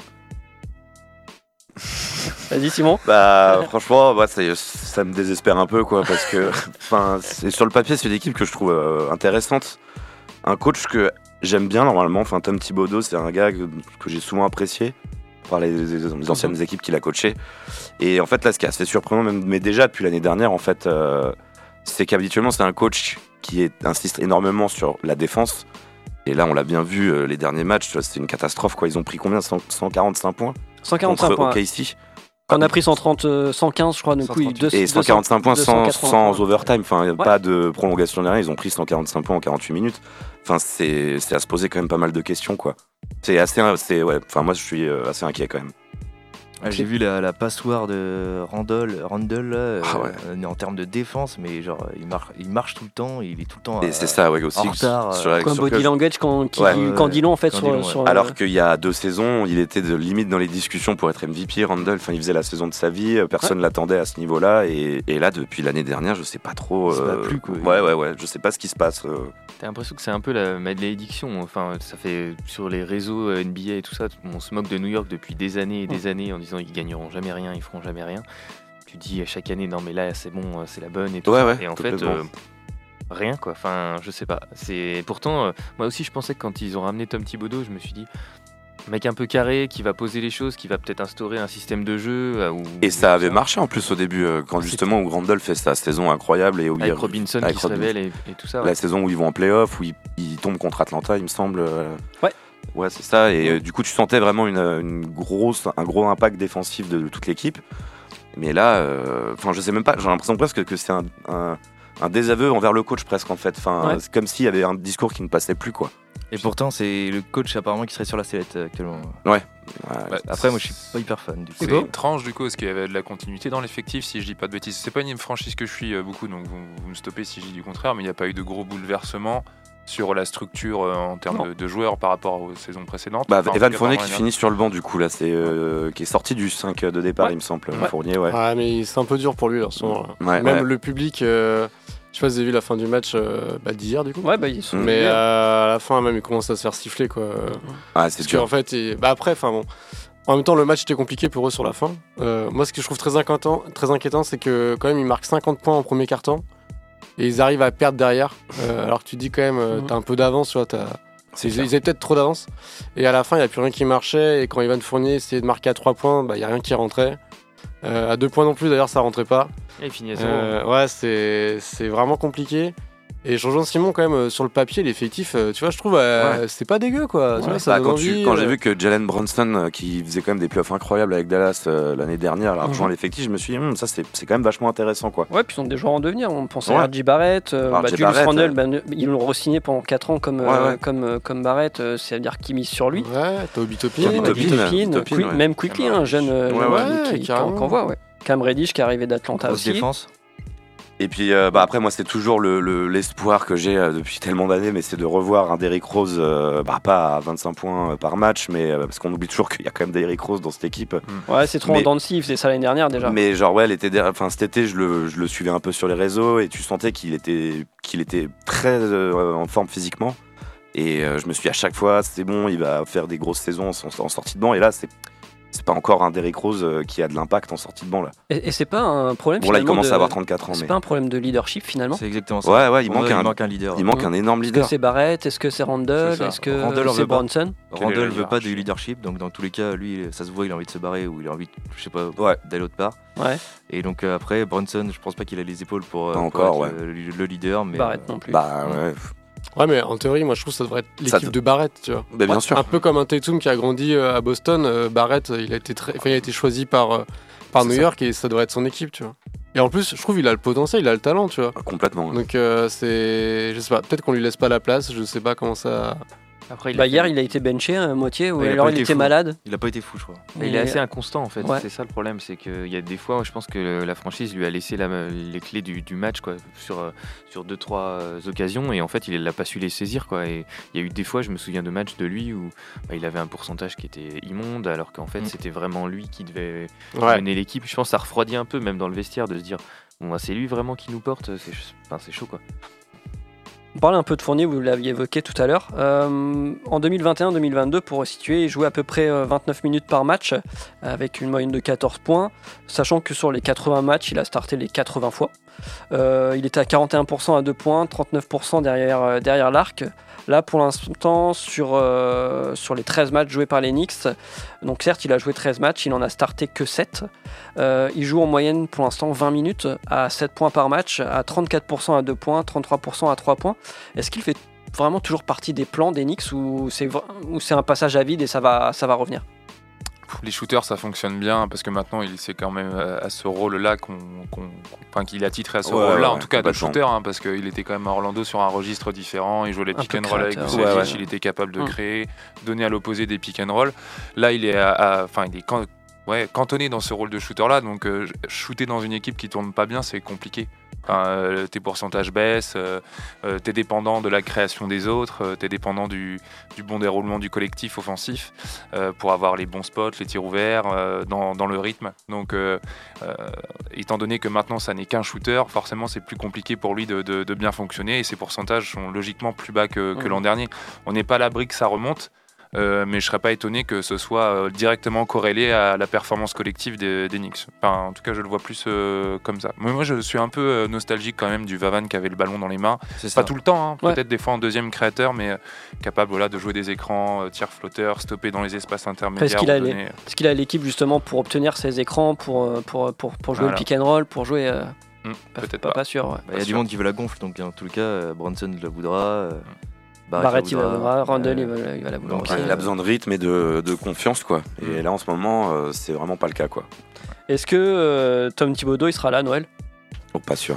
Vas-y Simon. Bah franchement, bah, ça, ça me désespère un peu, quoi, parce que c'est, sur le papier c'est une équipe que je trouve euh, intéressante, un coach que j'aime bien normalement. Enfin, Tom Thibodeau, c'est un gars que, que j'ai souvent apprécié par les, les, les anciennes mm-hmm. équipes qu'il a coachées. Et en fait là, ce qui est assez surprenant, même, mais déjà depuis l'année dernière en fait, euh, c'est qu'habituellement c'est un coach qui est, insiste énormément sur la défense. Et là on l'a bien vu, euh, les derniers matchs, c'est une catastrophe, quoi. Ils ont pris combien? cent quarante-cinq points cent quarante-cinq contre points. O K C. On a pris cent trente, cent quinze, je crois, du coup, deux, et cent quarante-cinq points sans, sans overtime, enfin, ouais. Pas de prolongation derrière. Ils ont pris cent quarante-cinq points en quarante-huit minutes. Enfin, c'est, c'est à se poser quand même pas mal de questions, quoi. C'est assez, c'est, ouais. Enfin, moi, je suis assez inquiet quand même. Ah, j'ai vu la, la passoire de Randall, Randall là, ah ouais. euh, en termes de défense, mais genre il, mar- il marche tout le temps, il est tout le temps et euh, c'est ça, ouais, aussi, en retard. Sur la, comme sur body que... language quand, qui, ouais. quand dit long en fait. Quand sur, long, ouais. sur, Alors euh... qu'il y a deux saisons, il était de limite dans les discussions pour être M V P, Randall. Enfin, il faisait la saison de sa vie, personne ouais. l'attendait à ce niveau-là. Et, et là, depuis l'année dernière, je sais pas trop. Ça euh... va plus, quoi. Ouais, ouais, ouais. Je sais pas ce qui se passe. Euh... T'as l'impression que c'est un peu la malédiction. Enfin, ça fait sur les réseaux N B A et tout ça, on se moque de New York depuis des années et des années en disant ils gagneront jamais rien, ils feront jamais rien. Tu dis à chaque année non mais là c'est bon, c'est la bonne et tout. Ouais, ça. ouais, et en fait euh, rien, quoi. Enfin, je sais pas. C'est pourtant euh, moi aussi je pensais que quand ils ont ramené Tom Thibodeau, je me suis dit mec un peu carré qui va poser les choses, qui va peut-être instaurer un système de jeu. Euh, où, et ça avait marché en plus au début, euh, quand justement où Randall fait sa saison incroyable et où avec il, Robinson avec qui Robin... se révèle et, et tout ça. Ouais. La saison où ils vont en play-off, où ils, ils tombent contre Atlanta, il me semble. Euh... Ouais. Ouais, c'est ça. Et euh, du coup, tu sentais vraiment une, une grosse, un gros impact défensif de, de toute l'équipe. Mais là, enfin, euh, je sais même pas. J'ai l'impression presque que c'est un, un, un désaveu envers le coach presque en fait. Enfin, ouais. C'est comme s'il y avait un discours qui ne passait plus, quoi. Et pourtant, c'est le coach apparemment qui serait sur la sellette actuellement. Ouais. ouais bah, après, moi, je suis pas hyper fan. Du coup. C'est étrange du coup, parce qu'il y avait de la continuité dans l'effectif, si je dis pas de bêtises. C'est pas une franchise que je suis euh, beaucoup, donc vous, vous me stoppez si je dis du contraire. Mais il n'y a pas eu de gros bouleversements sur la structure euh, en termes de, de joueurs par rapport aux saisons précédentes. Bah, enfin, Evan Fournier qui finit sur le banc du coup là, c'est euh, qui est sorti du cinq de départ, ouais. Il me semble. Ouais. Fournier, ouais. Ah mais c'est un peu dur pour lui là, son, ouais, même ouais. Le public. Euh, je sais pas si vous avez vu la fin du match euh, bah, d'hier du coup. Ouais bah ils sont. Mais euh, à la fin même il commence à se faire siffler quoi. Ah c'est Parce dur. qu'en fait, il... bah après, enfin bon. En même temps, le match était compliqué pour eux sur la fin. Euh, moi, ce que je trouve très inquiétant, très inquiétant, c'est que quand même ils marquent cinquante points en premier quart-temps. Et ils arrivent à perdre derrière, euh, alors que tu dis quand même, euh, t'as un peu d'avance, tu vois, t'as... Ils, ils avaient peut-être trop d'avance. Et à la fin, il n'y a plus rien qui marchait. Et quand Evan Fournier essayait de marquer à trois points, bah, il n'y a rien qui rentrait. Euh, à deux points non plus, d'ailleurs, ça rentrait pas. Et il finit à zéro. Euh, ouais, c'est, c'est vraiment compliqué. Et Jean-Jean Simon, quand même, euh, sur le papier, l'effectif, euh, tu vois, je trouve, euh, Ouais. c'est pas dégueu, quoi. Tu Ouais, vois, ça bah, donne quand envie, tu- quand euh. j'ai vu que Jalen Brunson, euh, qui faisait quand même des playoffs incroyables avec Dallas euh, l'année dernière, a rejoint Mhm. l'effectif, je me suis dit, Hum, ça c'est c'est quand même vachement intéressant, quoi. Ouais, puis ils ont des joueurs en devenir. On pensait Ouais. à R J Barrett, euh, R J bah, Julius Barrett, Randle, ouais. bah, ne- ils l'ont re-signé pendant quatre ans comme, Ouais, euh, ouais. comme, euh, comme Barrett, euh, c'est-à-dire qu'ils misent sur lui. Ouais, Toby Toppin. Toby Ouais, Toppin, Toppin, Toppin, Toppin, ouais. même Quickly, un jeune euh, Ouais, jeune ouais, qui, qui, carrément. qu'on voit, ouais. Cam Reddish qui est arrivé d'Atlanta Grosse aussi. défense. Et puis euh, bah, après, moi, c'est toujours le- le- l'espoir que j'ai euh, depuis tellement d'années, mais c'est de revoir un Derrick Rose, euh, bah, pas à vingt-cinq points euh, par match, mais euh, parce qu'on oublie toujours qu'il y a quand même Derrick Rose dans cette équipe. Ouais, c'est trop Mais- en dents de scie, il faisait ça l'année dernière déjà. Mais genre ouais, l'été der- enfin cet été, je le, je le suivais un peu sur les réseaux et tu sentais qu'il était, qu'il était très euh, en forme physiquement. Et euh, je me suis dit, à chaque fois, c'est bon, il va faire des grosses saisons en, en sortie de banc. Et là, c'est c'est pas encore un Derrick Rose euh, qui a de l'impact en sortie de banc là. Et, et c'est pas un problème Bon là, il finalement commence de- à avoir trente-quatre ans, C'est mais pas un problème de leadership finalement. C'est exactement ça. ouais, ouais, il Pour manque moi, un, il manque un leader. il manque un énorme Est-ce que leader. c'est Barrett? Est-ce que c'est Randle? C'est ça. Est-ce que Randle en c'est veut pas. Bronson? Quel est Randle le veut pas du hiérarchie leadership, donc dans tous les cas, lui, ça se voit, il a envie de se barrer ou il a envie, de, je sais pas, Ouais. d'aller autre part. Ouais. Et donc euh, après, Brunson, je pense pas qu'il a les épaules pour, euh, Pas pour encore, être le, le leader, mais Barrett euh, non plus. Bah ouais. Ouais, mais en théorie, moi, je trouve que ça devrait être Ça l'équipe te- de Barrett, tu vois. Bah, bien sûr. Un peu comme un Tatum qui a grandi euh, à Boston. euh, Barrett, euh, il a été très, enfin, il a été choisi par euh, par C'est New ça. York et ça devrait être son équipe, tu vois. Et en plus, je trouve il a le potentiel, il a le talent, tu vois. Complètement. ouais. Donc euh, c'est, je sais pas, peut-être qu'on lui laisse pas la place, je sais pas comment ça. après, il, Bah a hier fait- il a été benché à moitié ou Ouais, il a alors pas il été était fou. malade. il a pas été fou, je crois. Mais il Et- est assez inconstant en fait, Ouais. c'est ça le problème, c'est qu'il y a des fois, je pense que le- la franchise lui a laissé la- les clés du, du match quoi, sur, euh, sur deux trois euh, occasions et en fait il n'a pas su les saisir quoi. Et il y a eu des fois, je me souviens de matchs de lui où bah, il avait un pourcentage qui était immonde alors qu'en fait Mm. c'était vraiment lui qui devait Ouais. mener l'équipe. Je pense que ça refroidit un peu même dans le vestiaire de se dire bon bah, c'est lui vraiment qui nous porte, c'est, enfin, c'est chaud quoi. On parlait un peu de Fournier, vous l'aviez évoqué tout à l'heure. Euh, en deux mille vingt et un deux mille vingt-deux, pour situer, il jouait à peu près euh, vingt-neuf minutes par match, avec une moyenne de quatorze points, sachant que sur les quatre-vingts matchs, il a starté les quatre-vingts fois. Euh, il était à quarante et un pour cent à deux points, trente-neuf pour cent derrière, euh, derrière l'arc. Là, pour l'instant, sur, euh, sur les treize matchs joués par les Knicks, donc certes, il a joué treize matchs, il en a starté que sept. Euh, il joue en moyenne pour l'instant vingt minutes à sept points par match, à trente-quatre pour cent à deux points, trente-trois pour cent à trois points. Est-ce qu'il fait vraiment toujours partie des plans des Knicks ou c'est, vra- ou c'est un passage à vide et ça va, ça va revenir? Les shooters, ça fonctionne bien parce que maintenant, il c'est quand même à ce rôle-là qu'on, qu'on- enfin, qu'il a titré à ce Ouais, rôle-là, ouais, en tout cas de complètement. shooter, hein, parce qu'il était quand même à Orlando sur un registre différent. Il jouait les Un pick peu and roll avec créateur. Vucevic, Ouais, ouais. il était capable de Mm. créer, donner à l'opposé des pick and roll. Là, il est, à- à- enfin, il est can- ouais, cantonné dans ce rôle de shooter-là, donc euh, shooter dans une équipe qui tourne pas bien, c'est compliqué. Enfin, euh, tes pourcentages baissent, euh, euh, t'es dépendant de la création des autres, euh, t'es dépendant du, du bon déroulement du collectif offensif euh, pour avoir les bons spots, les tirs ouverts euh, dans, dans le rythme. Donc, euh, euh, étant donné que maintenant ça n'est qu'un shooter, forcément c'est plus compliqué pour lui de, de- de bien fonctionner et ses pourcentages sont logiquement plus bas que, que Mhm. l'an dernier. On n'est pas à l'abri que ça remonte. Euh, mais je serais pas étonné que ce soit euh, directement corrélé à la performance collective des, des Knicks. Enfin, en tout cas, je le vois plus euh, comme ça. Mais moi, je suis un peu euh, nostalgique quand même du Vavan qui avait le ballon dans les mains. C'est Pas ça. tout le temps, hein, Ouais. peut-être des fois en deuxième créateur, mais euh, capable voilà, de jouer des écrans, euh, tir flotteur, stopper dans les espaces intermédiaires. Est-ce qu'il a ou les- donner- Est-ce qu'il a l'équipe justement pour obtenir ses écrans, pour, euh, pour, pour, pour jouer Voilà. le pick and roll, pour jouer... euh, Hmm, pas, peut-être pas, pas. pas sûr, ouais. Bah, Il y a Pas du sûr. monde qui veut la gonfle, donc dans tous les cas, euh, Brunson la voudra. euh, Barrett, il va, voudra, Randle, il euh, va, il va la vouloir donc, aussi. Ouais, il a besoin de rythme et de, de confiance, quoi. Et là, en ce moment, euh, c'est vraiment pas le cas, quoi. Est-ce que euh, Tom Thibodeau, il sera là à Noël? Oh, pas sûr.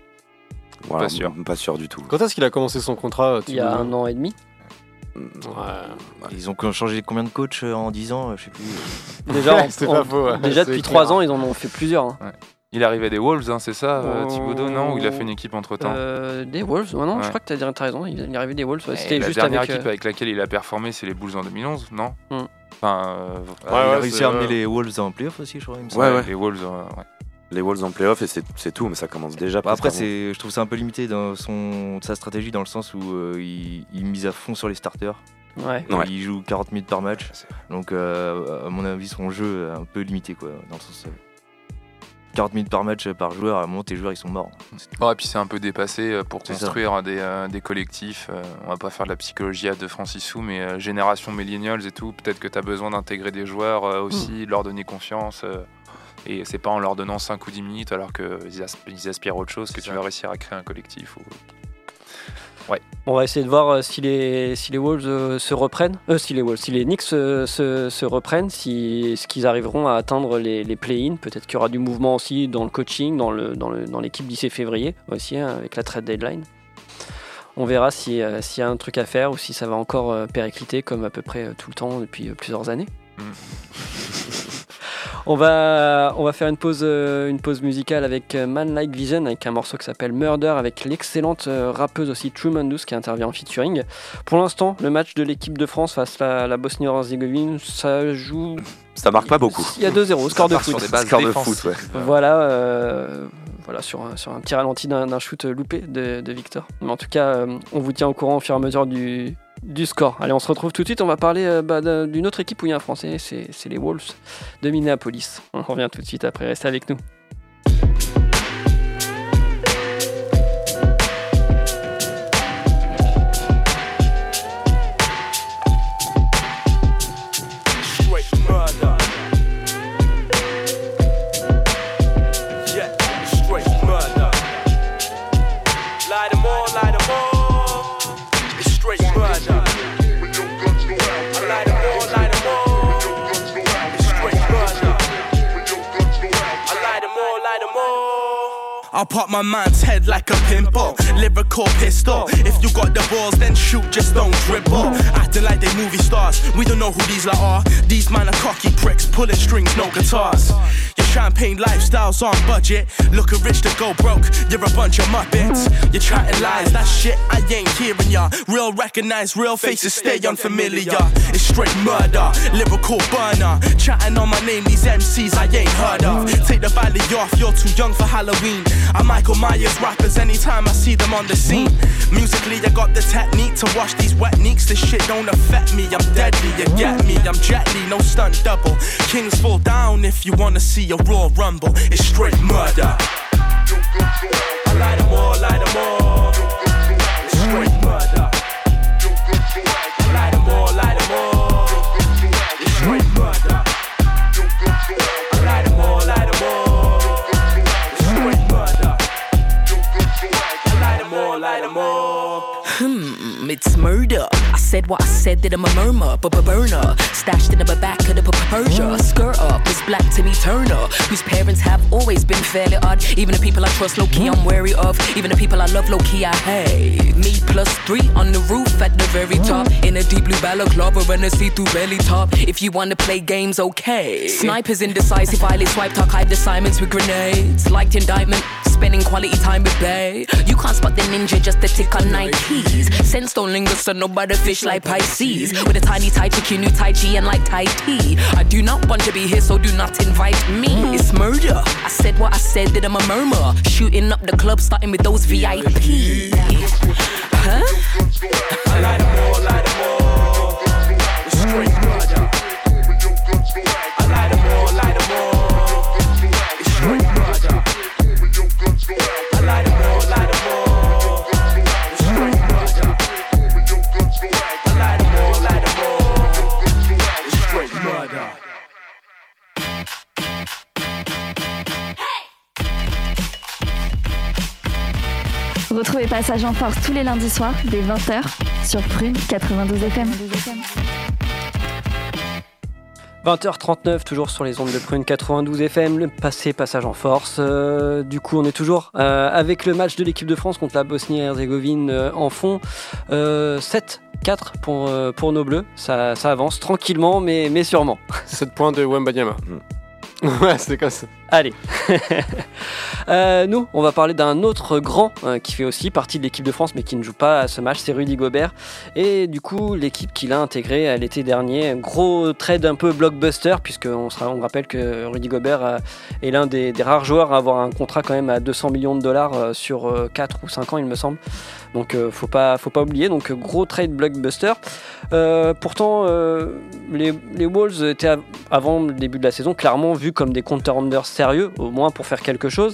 Voilà, Pas sûr. Pas sûr du tout. Quand est-ce qu'il a commencé son contrat, Il y a Thibodeau un an et demi. Ouais. Ils ont changé combien de coachs euh, en dix ans, euh, je sais plus. Déjà, en- C'est en- pas faux, ouais. déjà C'est depuis clair. trois ans, ils en ont fait plusieurs. hein. Il arrivait des Wolves, hein, c'est ça, euh, Oh. Thibodeau, non? Ou il a fait une équipe entre temps? Euh, des Wolves, ouais, non, je Ouais. crois que tu as raison, il est arrivé des Wolves. ouais, C'était la juste dernière avec. équipe euh, avec laquelle il a performé, c'est les Bulls en deux mille onze, non? Hmm. Enfin, euh, Euh, Ouais, il a ouais, réussi c'est- à amener ouais. les Wolves en playoff aussi, je crois. il me semble. Ouais, ouais. les Wolves, euh, ouais. Les Wolves en playoff, et c'est c'est tout, mais ça commence déjà. Bah, presque après, avant. c'est, je trouve ça un peu limité dans son, sa stratégie, dans le sens où euh, il, il mise à fond sur les starters. Ouais. Ouais. Il joue quarante minutes par match. Donc, euh, à mon avis, son jeu est un peu limité, quoi. Dans le sens, euh, quarante minutes par match par joueur, à un moment, tes joueurs, ils sont morts. Ouais, et puis c'est un peu dépassé euh, pour C'est ça. construire des, euh, des collectifs. euh, on va pas faire de la psychologie à de Francisou, mais euh, génération millennials et tout, peut-être que tu as besoin d'intégrer des joueurs euh, aussi, de leur donner confiance. euh, et c'est pas en leur donnant cinq ou dix minutes alors qu'ils as- ils aspirent à autre chose que tu vas réussir à créer un collectif. Ou... Ouais. On va essayer de voir euh, si les si les Wolves euh, se reprennent, euh, si les Wolves, si les Knicks euh, se, se reprennent, si ce qu'ils arriveront à atteindre les, les play-in. Peut-être qu'il y aura du mouvement aussi dans le coaching, dans le dans le dans l'équipe d'ici février aussi hein, avec la trade deadline. On verra si, euh, s'il y a un truc à faire ou si ça va encore euh, péricliter comme à peu près euh, tout le temps depuis euh, plusieurs années. Mm. On va, on va faire une pause, euh, une pause musicale avec euh, Man Like Vision, avec un morceau qui s'appelle Murder, avec l'excellente euh, rappeuse aussi Tremendous qui intervient en featuring. Pour l'instant, le match de l'équipe de France face à la Bosnie-Herzégovine, ça joue... Ça marque pas beaucoup. Il y a deux zéro, score de part sur foot. des bases Score de défensives. foot, ouais. Voilà, euh, voilà sur, un, sur un petit ralenti d'un, d'un shoot loupé de, de Victor. Mais en tout cas, euh, on vous tient au courant au fur et à mesure du... du score. Allez, on se retrouve tout de suite. On va parler euh, bah, d'une autre équipe où il y a un Français, c'est, c'est les Wolves de Minneapolis. On revient tout de suite après. Restez avec nous. I'll pop my man's head like a pimple, lyrical pistol. If you got the balls, then shoot, just don't dribble. Acting like they movie stars, we don't know who these lot are. These man are cocky pricks, pulling strings, no guitars. Your champagne lifestyle's on budget, looking rich to go broke, you're a bunch of muppets. You're chatting lies, that shit I ain't hearing ya. Real recognize, real faces stay unfamiliar. It's straight murder, lyrical burner. Chatting on my name, these M Cs I ain't heard of. Take the valley off, you're too young for Halloween. I'm Michael Myers rappers anytime I see them on the scene. Musically, I got the technique to wash these wet neeks. This shit don't affect me, I'm deadly, you get me. I'm Jet Li, no stunt double. Kings fall down if you wanna see a raw rumble. It's straight murder. I light them all, light them all. It's straight murder. I light them all, light them all. It's straight murder. I light them all, light them all. Hmm, it's murder. I said what I said, that I'm a murmur, but a burner. Stashed in the back of the Persia. Skirt up, Miss Black Timmy Turner, whose parents have always been fairly odd. Even the people I trust low-key I'm wary of. Even the people I love low-key I hate. Me plus three on the roof at the very top. In a deep blue balaclava and a see-through belly top. If you wanna play games, okay. Snipers indecisive, eyelid swipe, talk, hide assignments with grenades. Liked indictment, spending quality time with Bay. You can't spot the ninja, just a tick on Nikes. Sense don't linger, so nobody fish like Pisces. With a tiny Tai Chi, new Tai Chi and like Tai Chi. I do not want to be here, so do not invite me. It's murder. I said what I said, that I'm a murmur. Shooting up the club, starting with those V I P. Huh? I light them all, light them all. It's straight murder. I light them all, light them all. It's straight murder. I light them all, light them all. It's straight murder. I light them all, light them all. It's straight murder. Retrouvez Passage en Force tous les lundis soirs dès vingt heures sur Prune quatre-vingt-douze F M. vingt heures trente-neuf, toujours sur les ondes de Prune quatre-vingt-douze F M, le passé Passage en Force. Euh, du coup, on est toujours euh, avec le match de l'équipe de France contre la Bosnie-Herzégovine euh, en fond. Euh, sept quatre pour, euh, pour nos Bleus, ça, ça avance tranquillement, mais, mais sûrement. sept points de Wembanyama. Mm. Ouais, c'est comme ça. Allez. euh, nous, on va parler d'un autre grand euh, qui fait aussi partie de l'équipe de France, mais qui ne joue pas à ce match, c'est Rudy Gobert. Et du coup, l'équipe qu'il a intégrée à l'été dernier, gros trade un peu blockbuster, puisqu'on on rappelle que Rudy Gobert euh, est l'un des, des rares joueurs à avoir un contrat quand même à deux cents millions de dollars euh, sur euh, quatre ou cinq ans, il me semble. Donc euh, faut pas, faut pas oublier, donc gros trade blockbuster. Euh, pourtant, euh, les, les Wolves étaient av- avant le début de la saison clairement vus comme des contenders sérieux, au moins pour faire quelque chose.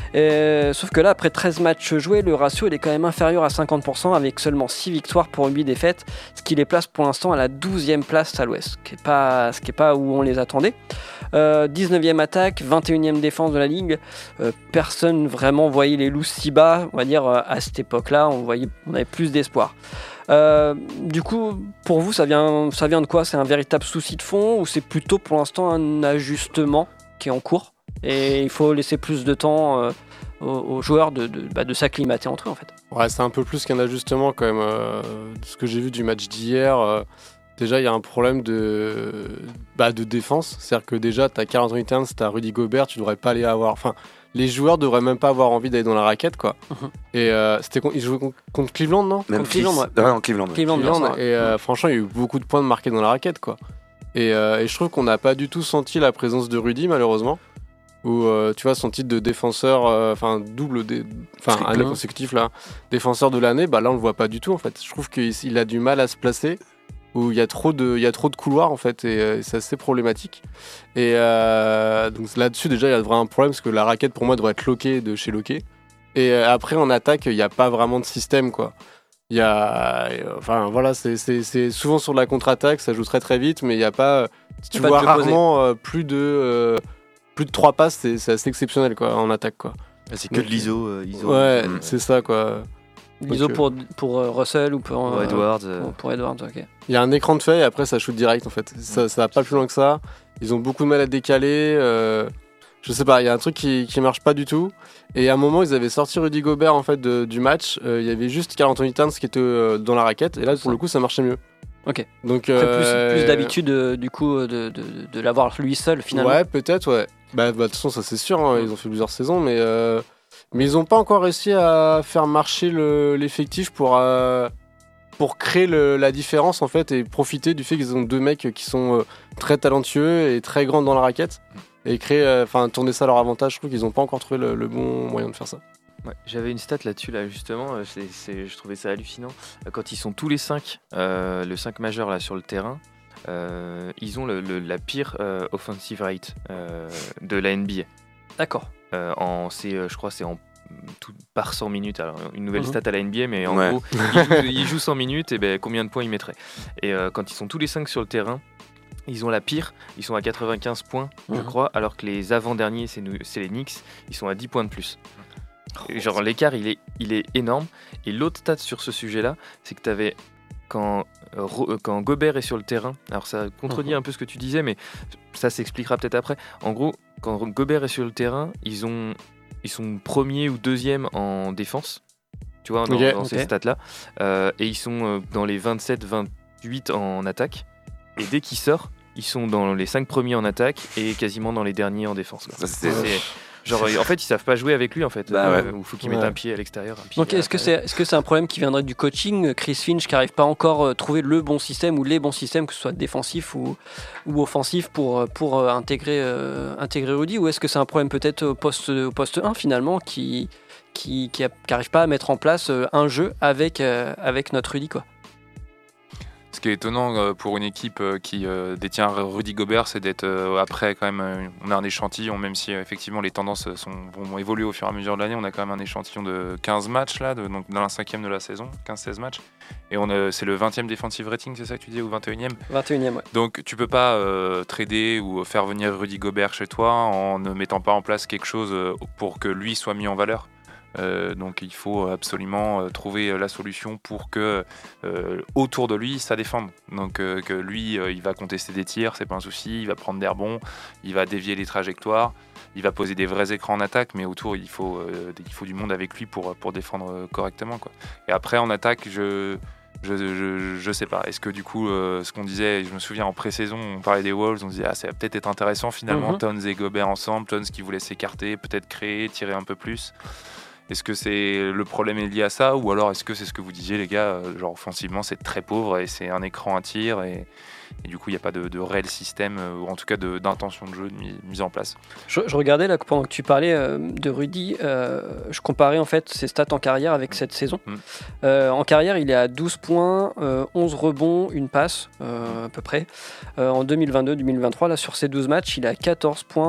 Et, sauf que là, après treize matchs joués, le ratio il est quand même inférieur à cinquante pour cent avec seulement six victoires pour huit défaites, ce qui les place pour l'instant à la douzième place à l'ouest, ce qui n'est pas, ce qui est pas où on les attendait. Euh, dix-neuvième attaque, vingt et unième défense de la ligue. Euh, personne vraiment voyait les Loups si bas, on va dire, euh, à cette époque-là, on, voyait, on avait plus d'espoir. Euh, du coup, pour vous, ça vient, ça vient de quoi ? C'est un véritable souci de fond ou c'est plutôt pour l'instant un ajustement qui est en cours et il faut laisser plus de temps euh, aux, aux joueurs de, de, bah, de s'acclimater entre eux en fait ? Ouais, c'est un peu plus qu'un ajustement quand même. Euh, de ce que j'ai vu du match d'hier, euh, déjà il y a un problème de, bah, de défense. C'est-à-dire que déjà, tu as Karl Anthony Towns, tu as Rudy Gobert, tu devrais pas aller avoir. Enfin, les joueurs devraient même pas avoir envie d'aller dans la raquette, quoi. Uh-huh. Et euh, c'était ils jouaient contre Cleveland, non ? Même contre Cleveland, ouais. Ouais, non, Cleveland. Cleveland, Cleveland Cleveland et euh, franchement, il y a eu beaucoup de points de marqués dans la raquette, quoi. Et, euh, et je trouve qu'on n'a pas du tout senti la présence de Rudy, malheureusement. Où euh, tu vois son titre de défenseur, enfin euh, double, enfin année consécutif là, défenseur de l'année, bah là on le voit pas du tout en fait. Je trouve qu'il il a du mal à se placer. Où il y a trop de, il y a trop de couloirs en fait et, et c'est assez problématique. Et euh, donc là-dessus déjà il y a vraiment un problème parce que la raquette pour moi devrait être loquée de chez Loquet. Et euh, après en attaque il n'y a pas vraiment de système quoi. Il y a, euh, enfin voilà c'est, c'est, c'est souvent sur la contre-attaque ça joue très très vite mais il y a pas, tu vois rarement euh, plus de, euh, plus de trois passes c'est, c'est assez exceptionnel quoi en attaque quoi. C'est que de l'I S O. Euh, I S O ouais mmh. c'est ça quoi. L'I S O pour, pour euh, Russell ou pour, pour euh, Edwards. Euh... Pour Edwards, ok. Il y a un écran de fait et après ça shoot direct en fait. Ça, ça va pas plus loin que ça. Ils ont beaucoup de mal à décaler. Euh, je sais pas, il y a un truc qui, qui marche pas du tout. Et à un moment, ils avaient sorti Rudy Gobert en fait de, du match. Euh, il y avait juste Karl Anthony Towns qui était euh, dans la raquette. Et là, pour le coup, ça marchait mieux. Ok. Donc euh, plus, plus d'habitude euh, du coup de, de, de, de l'avoir lui seul finalement. Ouais, peut-être, ouais. Bah, bah de toute façon, ça c'est sûr. Hein, ils ont fait plusieurs saisons, mais. Euh... Mais ils n'ont pas encore réussi à faire marcher le, l'effectif pour, euh, pour créer le, la différence en fait et profiter du fait qu'ils ont deux mecs qui sont euh, très talentueux et très grands dans la raquette et créer, enfin euh, tourner ça à leur avantage. Je trouve qu'ils n'ont pas encore trouvé le, le bon moyen de faire ça. Ouais, j'avais une stat là-dessus là justement, c'est, c'est, je trouvais ça hallucinant. Quand ils sont tous les cinq, euh, le cinq majeur là sur le terrain, euh, ils ont le, le, la pire euh, offensive rate euh, de la N B A. D'accord. Euh, en, c'est, euh, je crois c'est en tout, par cent minutes. Alors, une nouvelle Mhm. stat à la N B A, mais en Ouais. gros, ils jouent, ils jouent cent minutes, et ben combien de points ils mettraient. Et euh, quand ils sont tous les cinq sur le terrain, ils ont la pire, ils sont à quatre-vingt-quinze points, je Mhm. crois, alors que les avant-derniers, c'est, nous, c'est les Knicks, ils sont à dix points de plus. Et genre l'écart, il est, il est énorme. Et l'autre stat sur ce sujet-là, c'est que tu avais quand, euh, Ro- euh, quand Gobert est sur le terrain, alors ça contredit un peu ce que tu disais, mais ça s'expliquera peut-être après. En gros, quand Gobert est sur le terrain, ils, ont, ils sont premiers ou deuxième en défense, tu vois, dans, Ok, dans ok. ces stats-là. Euh, et ils sont euh, dans les vingt-sept vingt-huit en attaque. Et dès qu'il sort, ils sont dans les cinq premiers en attaque et quasiment dans les derniers en défense. quoi. Ça, c'est- C'est- genre, en fait, ils savent pas jouer avec lui, en fait. Bah Euh, ouais. Ou faut qu'ils Ouais. mettent un pied à l'extérieur. un pied Donc à est-ce que l'intérieur. c'est est-ce que c'est un problème qui viendrait du coaching, Chris Finch qui n'arrive pas encore à trouver le bon système ou les bons systèmes, que ce soit défensif ou, ou offensif pour, pour euh, intégrer, euh, intégrer Rudy, ou est-ce que c'est un problème peut-être au poste, au poste un finalement qui qui qui n'arrive pas à mettre en place euh, un jeu avec, euh, avec notre Rudy quoi. Ce qui est étonnant euh, pour une équipe euh, qui euh, détient Rudy Gobert, c'est d'être euh, après quand même, euh, on a un échantillon, même si euh, effectivement les tendances euh, sont, vont évoluer au fur et à mesure de l'année, on a quand même un échantillon de quinze matchs là, de, donc dans la cinquième de la saison, quinze seize matchs, et on a, c'est le vingtième defensive rating, c'est ça que tu dis, ou vingt et unième. vingt et unième ouais. Donc tu peux pas euh, trader ou faire venir Rudy Gobert chez toi en ne mettant pas en place quelque chose euh, pour que lui soit mis en valeur. Euh, donc il faut absolument euh, trouver euh, la solution pour que euh, autour de lui ça défende. Donc euh, que lui euh, il va contester des tirs, c'est pas un souci, il va prendre des rebonds, il va dévier les trajectoires, il va poser des vrais écrans en attaque, mais autour il faut, euh, il faut du monde avec lui pour, pour défendre euh, correctement quoi. Et après en attaque je Je, je, je sais pas. Est-ce que du coup, euh, ce qu'on disait, je me souviens en pré-saison, on parlait des Wolves, on disait ah, ça va peut-être être intéressant finalement, Mhm. Towns et Gobert ensemble, Towns qui voulait s'écarter, peut-être créer, tirer un peu plus. Est-ce que c'est le problème est lié à ça, ou alors est-ce que c'est ce que vous disiez les gars, euh, genre offensivement c'est très pauvre et c'est un écran à tir et, et du coup il n'y a pas de, de réel système, euh, ou en tout cas de, d'intention de jeu de mise, mise en place. Je, je regardais là pendant que tu parlais euh, de Rudy, euh, je comparais en fait ses stats en carrière avec cette saison. Mm. Euh, en carrière, il est à douze points, euh, onze rebonds, une passe euh, à peu près. Euh, en deux mille vingt-deux deux mille vingt-trois, là sur ces douze matchs, il est à quatorze points,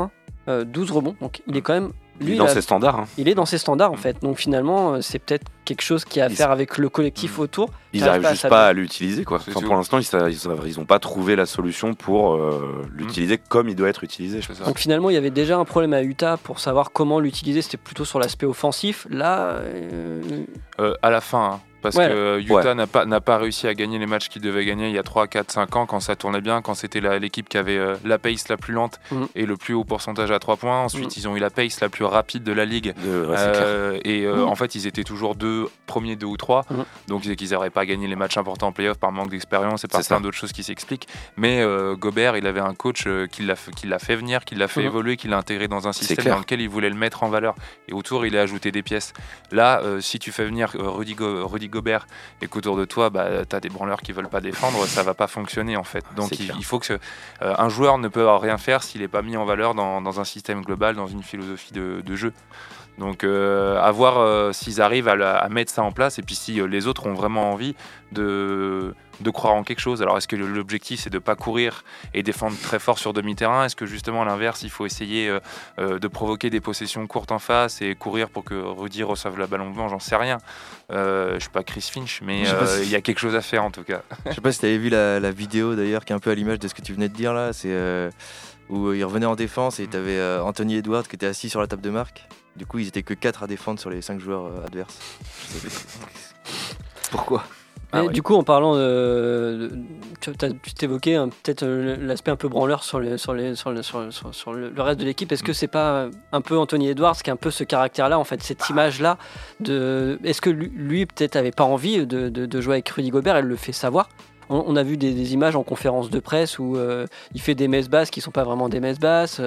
euh, douze rebonds. Donc il est quand même. Lui, il est dans il a- ses standards. Hein. Il est dans ses standards en fait. Donc finalement, euh, c'est peut-être quelque chose qui a à Ils- faire avec le collectif autour. Ils Qui arrive n'arrivent pas à juste s'adapter. pas à l'utiliser, quoi. C'est Enfin, tout. pour l'instant, ils n'ont pas trouvé la solution pour euh, l'utiliser comme il doit être utilisé. Je C'est ça. Donc finalement, il y avait déjà un problème à Utah pour savoir comment l'utiliser. C'était plutôt sur l'aspect offensif. Là, euh, Euh, à la fin, hein, parce Ouais. que euh, Utah Ouais. n'a pas, n'a pas réussi à gagner les matchs qu'il devait gagner il y a trois, quatre, cinq ans quand ça tournait bien, quand c'était la- l'équipe qui avait euh, la pace la plus lente Mhm. et le plus haut pourcentage à trois points. Ensuite, Mhm. ils ont eu la pace la plus rapide de la ligue. De- ouais, c'est clair. Euh, et euh, Mhm. en fait, ils étaient toujours deux, premiers deux ou trois. Mhm. Donc, ils qu'ils n'auraient pas gagné les matchs importants en playoff par manque d'expérience et par C'est plein ça. d'autres choses qui s'expliquent. Mais euh, Gobert, il avait un coach euh, qui l'a fait, qui l'a fait venir, qui l'a fait Mhm. évoluer, qui l'a intégré dans un système clair. dans lequel il voulait le mettre en valeur. Et autour, il a ajouté des pièces. Là, euh, si tu fais venir euh, Rudy, Go- Rudy Gobert et qu'autour de toi, bah, tu as des branleurs qui veulent pas défendre, ça va pas fonctionner en fait. Donc C'est il, clair. il faut que ce- euh, un joueur ne peut rien faire s'il n'est pas mis en valeur dans, dans un système global, dans une philosophie de, de jeu. Donc euh, à voir euh, s'ils arrivent à, la- à mettre ça en place et puis si euh, les autres ont vraiment envie de, de croire en quelque chose. Alors est-ce que le- l'objectif c'est de pas courir et défendre très fort sur demi-terrain? Est-ce que justement à l'inverse il faut essayer euh, euh, de provoquer des possessions courtes en face et courir pour que Rudy reçoive la balle devant? J'en sais rien. Euh, je suis pas Chris Finch, mais Je sais pas euh, il si- y a quelque chose à faire en tout cas. Je sais pas si t'avais vu la, la vidéo d'ailleurs qui est un peu à l'image de ce que tu venais de dire là, c'est euh, où il revenait en défense et t'avais euh, Anthony Edwards qui était assis sur la table de marque. Du coup, ils étaient que quatre à défendre sur les cinq joueurs euh, adverses. Je sais pas. Pourquoi? Ah Et ouais. du coup, en parlant de, de- tu t'as- tu t'évoquais hein, peut-être euh, l'aspect un peu branleur sur, les, sur, les, sur, le, sur, le- sur- sur le, le reste de l'équipe. Est-ce que c'est pas un peu Anthony Edwards qui a un peu ce caractère-là, en fait, cette image-là de, est-ce que lui, lui, peut-être avait pas envie de, de, de jouer avec Rudy Gobert? Elle le fait savoir. On, on a vu des, des images en conférence de presse où euh, il fait des messes basses qui sont pas vraiment des messes basses.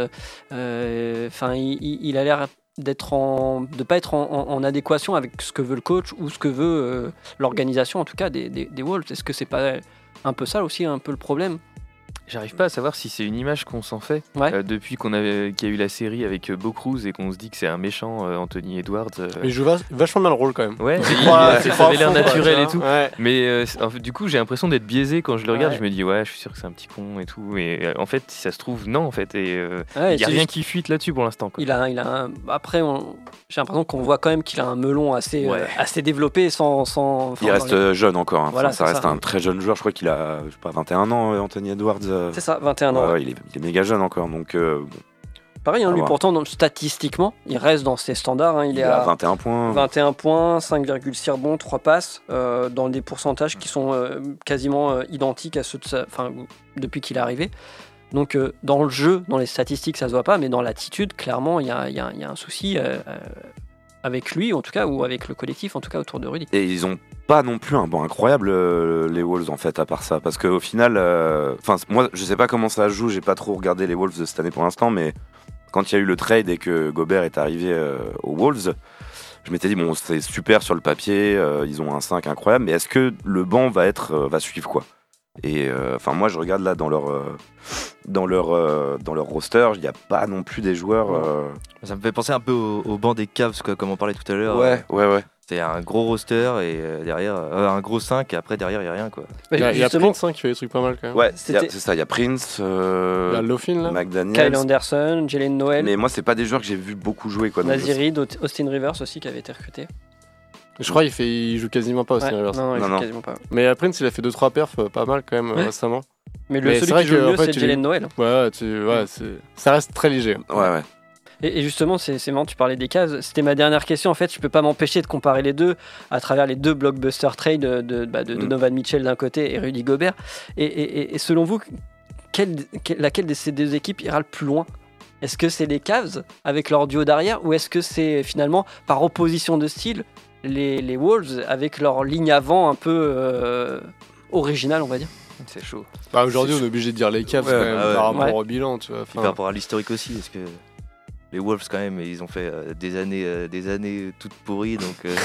Enfin, il, il- il a l'air d'être en, de pas être en, en- en adéquation avec ce que veut le coach ou ce que veut euh, l'organisation, en tout cas des, des, des Wolves. Est-ce que c'est pas un peu ça aussi, un peu le problème? J'arrive pas à savoir si c'est une image qu'on s'en fait Ouais. euh, depuis qu'on avait, qu'il y a eu la série avec euh, Bo Cruz et qu'on se dit que c'est un méchant euh, Anthony Edwards. euh. Mais il joue va- vachement bien le rôle quand même. Ouais, Tu il- crois- il- tu ça crois à avait l'air fond, quoi, naturel tu et vois. tout. Ouais. Mais euh, c'est- en fait, du coup, j'ai l'impression d'être biaisé quand je le regarde. Ouais. Je me dis, ouais, je suis sûr que c'est un petit con et tout. Et euh, en fait, si ça se trouve, non, en fait. Et euh, il Ouais, n'y a c'est rien juste- qui fuite là-dessus pour l'instant. quoi. Il a, il a un- après, on- j'ai l'impression qu'on voit quand même qu'il a un melon assez, Ouais. euh, assez développé sans. sans enfin, Il dans reste les- euh, jeune encore. Hein. Voilà, Enfin, ça c'est reste ça. un très jeune joueur. Je crois qu'il a je sais pas, vingt et un ans, euh, Anthony Edwards. euh. C'est ça, vingt et un ans. Ouais, ouais, il, est, il est méga jeune encore. Donc, euh, bon, Pareil, hein, à lui, voir. pourtant, donc, statistiquement, il reste dans ses standards. hein, il, il, est a à vingt et un points. vingt et un points, cinq virgule six rebonds, trois passes, euh, dans des pourcentages qui sont euh, quasiment euh, identiques à ceux de sa, enfin, depuis qu'il est arrivé. Donc, euh, dans le jeu, dans les statistiques, ça se voit pas, mais dans l'attitude, clairement, il y a, il y a- il y a un souci euh, euh, avec lui, en tout cas, ou avec le collectif, en tout cas, autour de Rudy. Et ils ont pas non plus un banc incroyable, euh, les Wolves, en fait, à part ça. Parce qu'au final, euh, enfin, moi, je sais pas comment ça se joue, j'ai pas trop regardé les Wolves de cette année pour l'instant, mais quand il y a eu le trade et que Gobert est arrivé euh, aux Wolves, je m'étais dit, bon, c'est super sur le papier, euh, ils ont un cinq incroyable, mais est-ce que le banc va, être, euh, va suivre, quoi? Et euh, enfin, moi, je regarde là dans leur, euh, dans leur, euh, dans leur roster, il n'y a pas non plus des joueurs. euh, Ça me fait penser un peu au, au banc des Cavs, quoi, comme on parlait tout à l'heure. Ouais, ouais, ouais. C'est un gros roster et euh, derrière, euh, un gros cinq et après derrière, il n'y a rien, quoi. Mais Il y a, il y a justement, Prince hein, qui fait des trucs pas mal quand même. Ouais, il y a- C'était- c'est ça, il y a Prince, Il y euh, a Lofin là. McDaniels. Kyle Anderson, Jalen Noel, Mais moi, c'est pas des joueurs que j'ai vu beaucoup jouer, quoi. donc je Nazir Reed, Austin Rivers aussi, qui avait été recruté. Je crois qu'il fait, il joue quasiment pas aussi. Ouais, Rivers. non, non, il Non, joue non. quasiment pas. Mais euh, Prince il a fait deux trois perfs euh, pas mal quand même euh, Ouais. récemment. Mais le Mais c'est celui vrai qui joue que, le en mieux, fait, c'est tu Jalen les- Noel. Ouais, ouais, tu, ouais c'est, ça reste très léger. Ouais, ouais. Et, et justement, c'est c'est marrant, tu parlais des Cavs. C'était ma dernière question. En fait, je peux pas m'empêcher de comparer les deux à travers les deux blockbuster trades de, de, bah, de Mm. Donovan Mitchell d'un côté et Rudy Gobert. Et, et- et- et selon vous, quelle, quelle- laquelle de ces deux équipes ira le plus loin? Est-ce que c'est les Cavs avec leur duo d'arrière ou est-ce que c'est finalement par opposition de style les, les Wolves avec leur ligne avant un peu euh, originale, on va dire? C'est chaud. Bah, aujourd'hui, on est obligé de dire les Cavs Ouais, quand même, ah ouais. par rapport Ouais. au bilan. Tu vois. Puis Enfin, par rapport à l'historique aussi, parce que les Wolves, quand même, ils ont fait euh, des années, euh, des années toutes pourries, donc euh,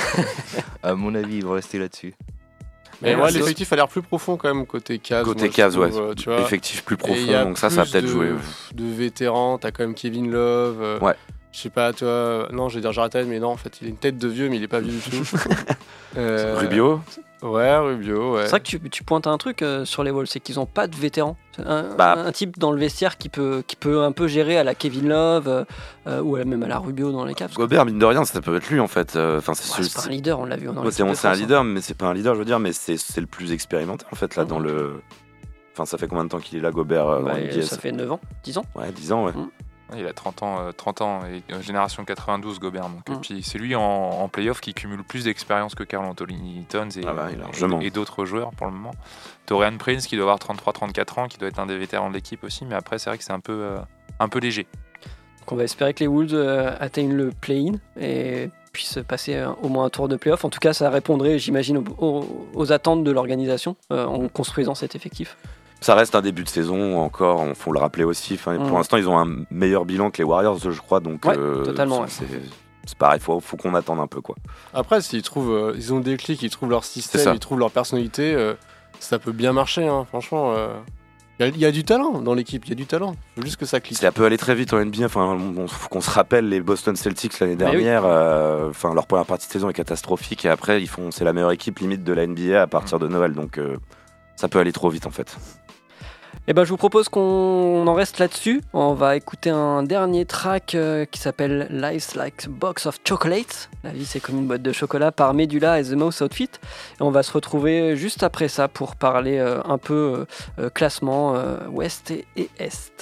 à mon avis, ils vont rester là-dessus. mais Ouais, ouais, c'est- l'effectif a l'air plus profond quand même côté Cavs. Côté moi, je Cavs, ouais. trouve, euh, tu vois. Effectif plus Et il y profond, a donc ça, ça va plus peut-être de- jouer. De vétérans, t'as quand même Kevin Love. euh, Ouais. Je sais pas, toi. Non, je vais dire Jarrett Allen, mais non, en fait, il a une tête de vieux, mais il est pas vieux du tout. Euh, Rubio, Ouais, Rubio, ouais. C'est vrai que tu, tu pointes à un truc euh, sur les Wolves, c'est qu'ils n'ont pas de vétérans. Un, Bah. un type dans le vestiaire qui peut, qui peut un peu gérer à la Kevin Love euh, euh, ou même à la Rubio dans les Cavs. Gobert, mine de rien, ça peut être lui en fait. Enfin, c'est, Ouais, c'est pas un leader, on l'a vu. Dans ouais, c'est, on, c'est un leader, mais c'est pas un leader, je veux dire, mais c'est, c'est le plus expérimenté en fait là mmh. dans le. Enfin, ça fait combien de temps qu'il est là, Gobert euh, bah, dans N B A, ça, ça fait neuf ans, dix ans. Ouais, dix ans, ouais. Mmh. Il a trente ans, euh, trente ans et euh, génération quatre-vingt-douze Gobert. Donc, mmh. Et puis c'est lui en, en play-off qui cumule plus d'expérience que Karl Anthony Towns et, ah bah, et, et d'autres joueurs pour le moment. Taurean Prince qui doit avoir trente-trois trente-quatre ans, qui doit être un des vétérans de l'équipe aussi, mais après c'est vrai que c'est un peu, euh, un peu léger. Donc on va espérer que les Wolves euh, atteignent le play-in et puissent passer euh, au moins un tour de play-off. En tout cas, ça répondrait, j'imagine, aux, aux, aux attentes de l'organisation euh, en construisant cet effectif. Ça reste un début de saison encore, il faut le rappeler aussi. Enfin, mmh. Pour l'instant, ils ont un meilleur bilan que les Warriors, je crois. Donc, ouais, euh, totalement. C'est, ouais. c'est, c'est pareil, il faut, faut qu'on attende un peu. Quoi. Après, s'ils trouvent, euh, ils ont des clics, ils trouvent leur système, ils trouvent leur personnalité, euh, ça peut bien marcher. Hein, franchement, il euh, y, y a du talent dans l'équipe, il y a du talent. Il faut juste que ça clique. Ça peut aller très vite en N B A. Enfin, il faut qu'on se rappelle les Boston Celtics l'année dernière. Oui. Euh, enfin, leur première partie de saison est catastrophique et après, ils font, c'est la meilleure équipe limite de la N B A à partir de Noël. Donc, euh, ça peut aller trop vite en fait. Eh ben, je vous propose qu'on en reste là-dessus. On va écouter un dernier track euh, qui s'appelle Life's Like a Box of Chocolates. La vie, c'est comme une boîte de chocolat par Medula et The Mouse Outfit. Et on va se retrouver juste après ça pour parler euh, un peu euh, classement euh, Ouest et, et Est.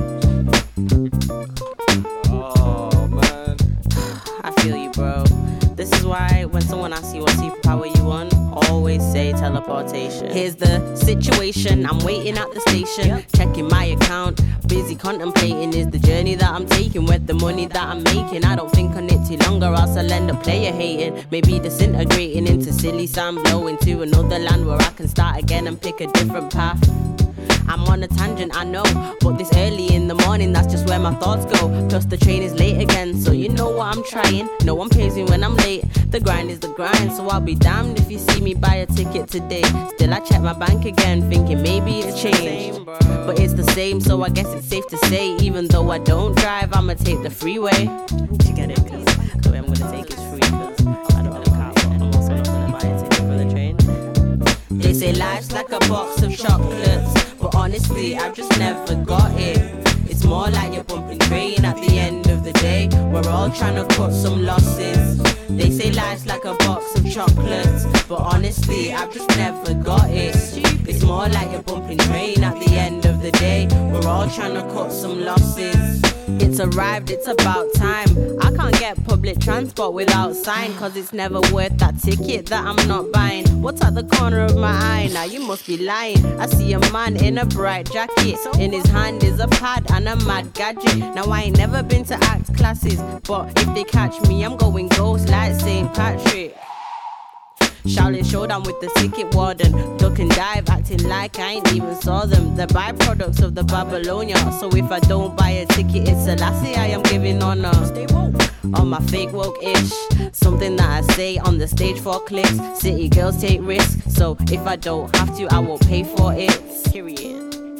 Oh, man. I feel you, bro. This is why when someone asks you what superpower you want, always say teleportation. Here's the situation, I'm waiting at the station, checking my account, busy contemplating is the journey that I'm taking, with the money that I'm making. I don't think on it too long or else I'll end up player hating, maybe disintegrating into silly sand, blowing to another land where I can start again and pick a different path. I'm on a tangent, I know, but this early in the morning, that's just where my thoughts go. Plus the train is late again, so you know what I'm trying. No one pays me when I'm late, the grind is the grind. So I'll be damned if you see me buy a ticket today. Still I check my bank again, thinking maybe it's changed, but it's the same, so I guess it's safe to say, even though I don't drive, I'ma take the freeway. You get it? Cause the way I'm gonna take is free, cause I don't have a car, but I'm also not gonna buy a ticket for the train. They say life's like a box of chocolates, but honestly, I've just never got it. It's more like you're bumping train at the end of the day. We're all trying to cut some losses. They say life's like a box of chocolates, but honestly, I've just never got it. It's more like you're bumping train at the end of the day. We're all trying to cut some losses. It's arrived, it's about time. I can't get public transport without sign, cause it's never worth that ticket that I'm not buying. What's at the corner of my eye? Now you must be lying. I see a man in a bright jacket, in his hand is a pad and a mad gadget. Now I ain't never been to act classes, but if they catch me I'm going ghost like Saint Patrick. Shaolin showdown with the ticket warden, duck and dive, acting like I ain't even saw them. The byproducts of the Babylonia. So if I don't buy a ticket, it's a lassie I am giving honor. Stay woke. On my fake woke-ish, something that I say on the stage for clicks. City girls take risks, so if I don't have to, I won't pay for it. Period.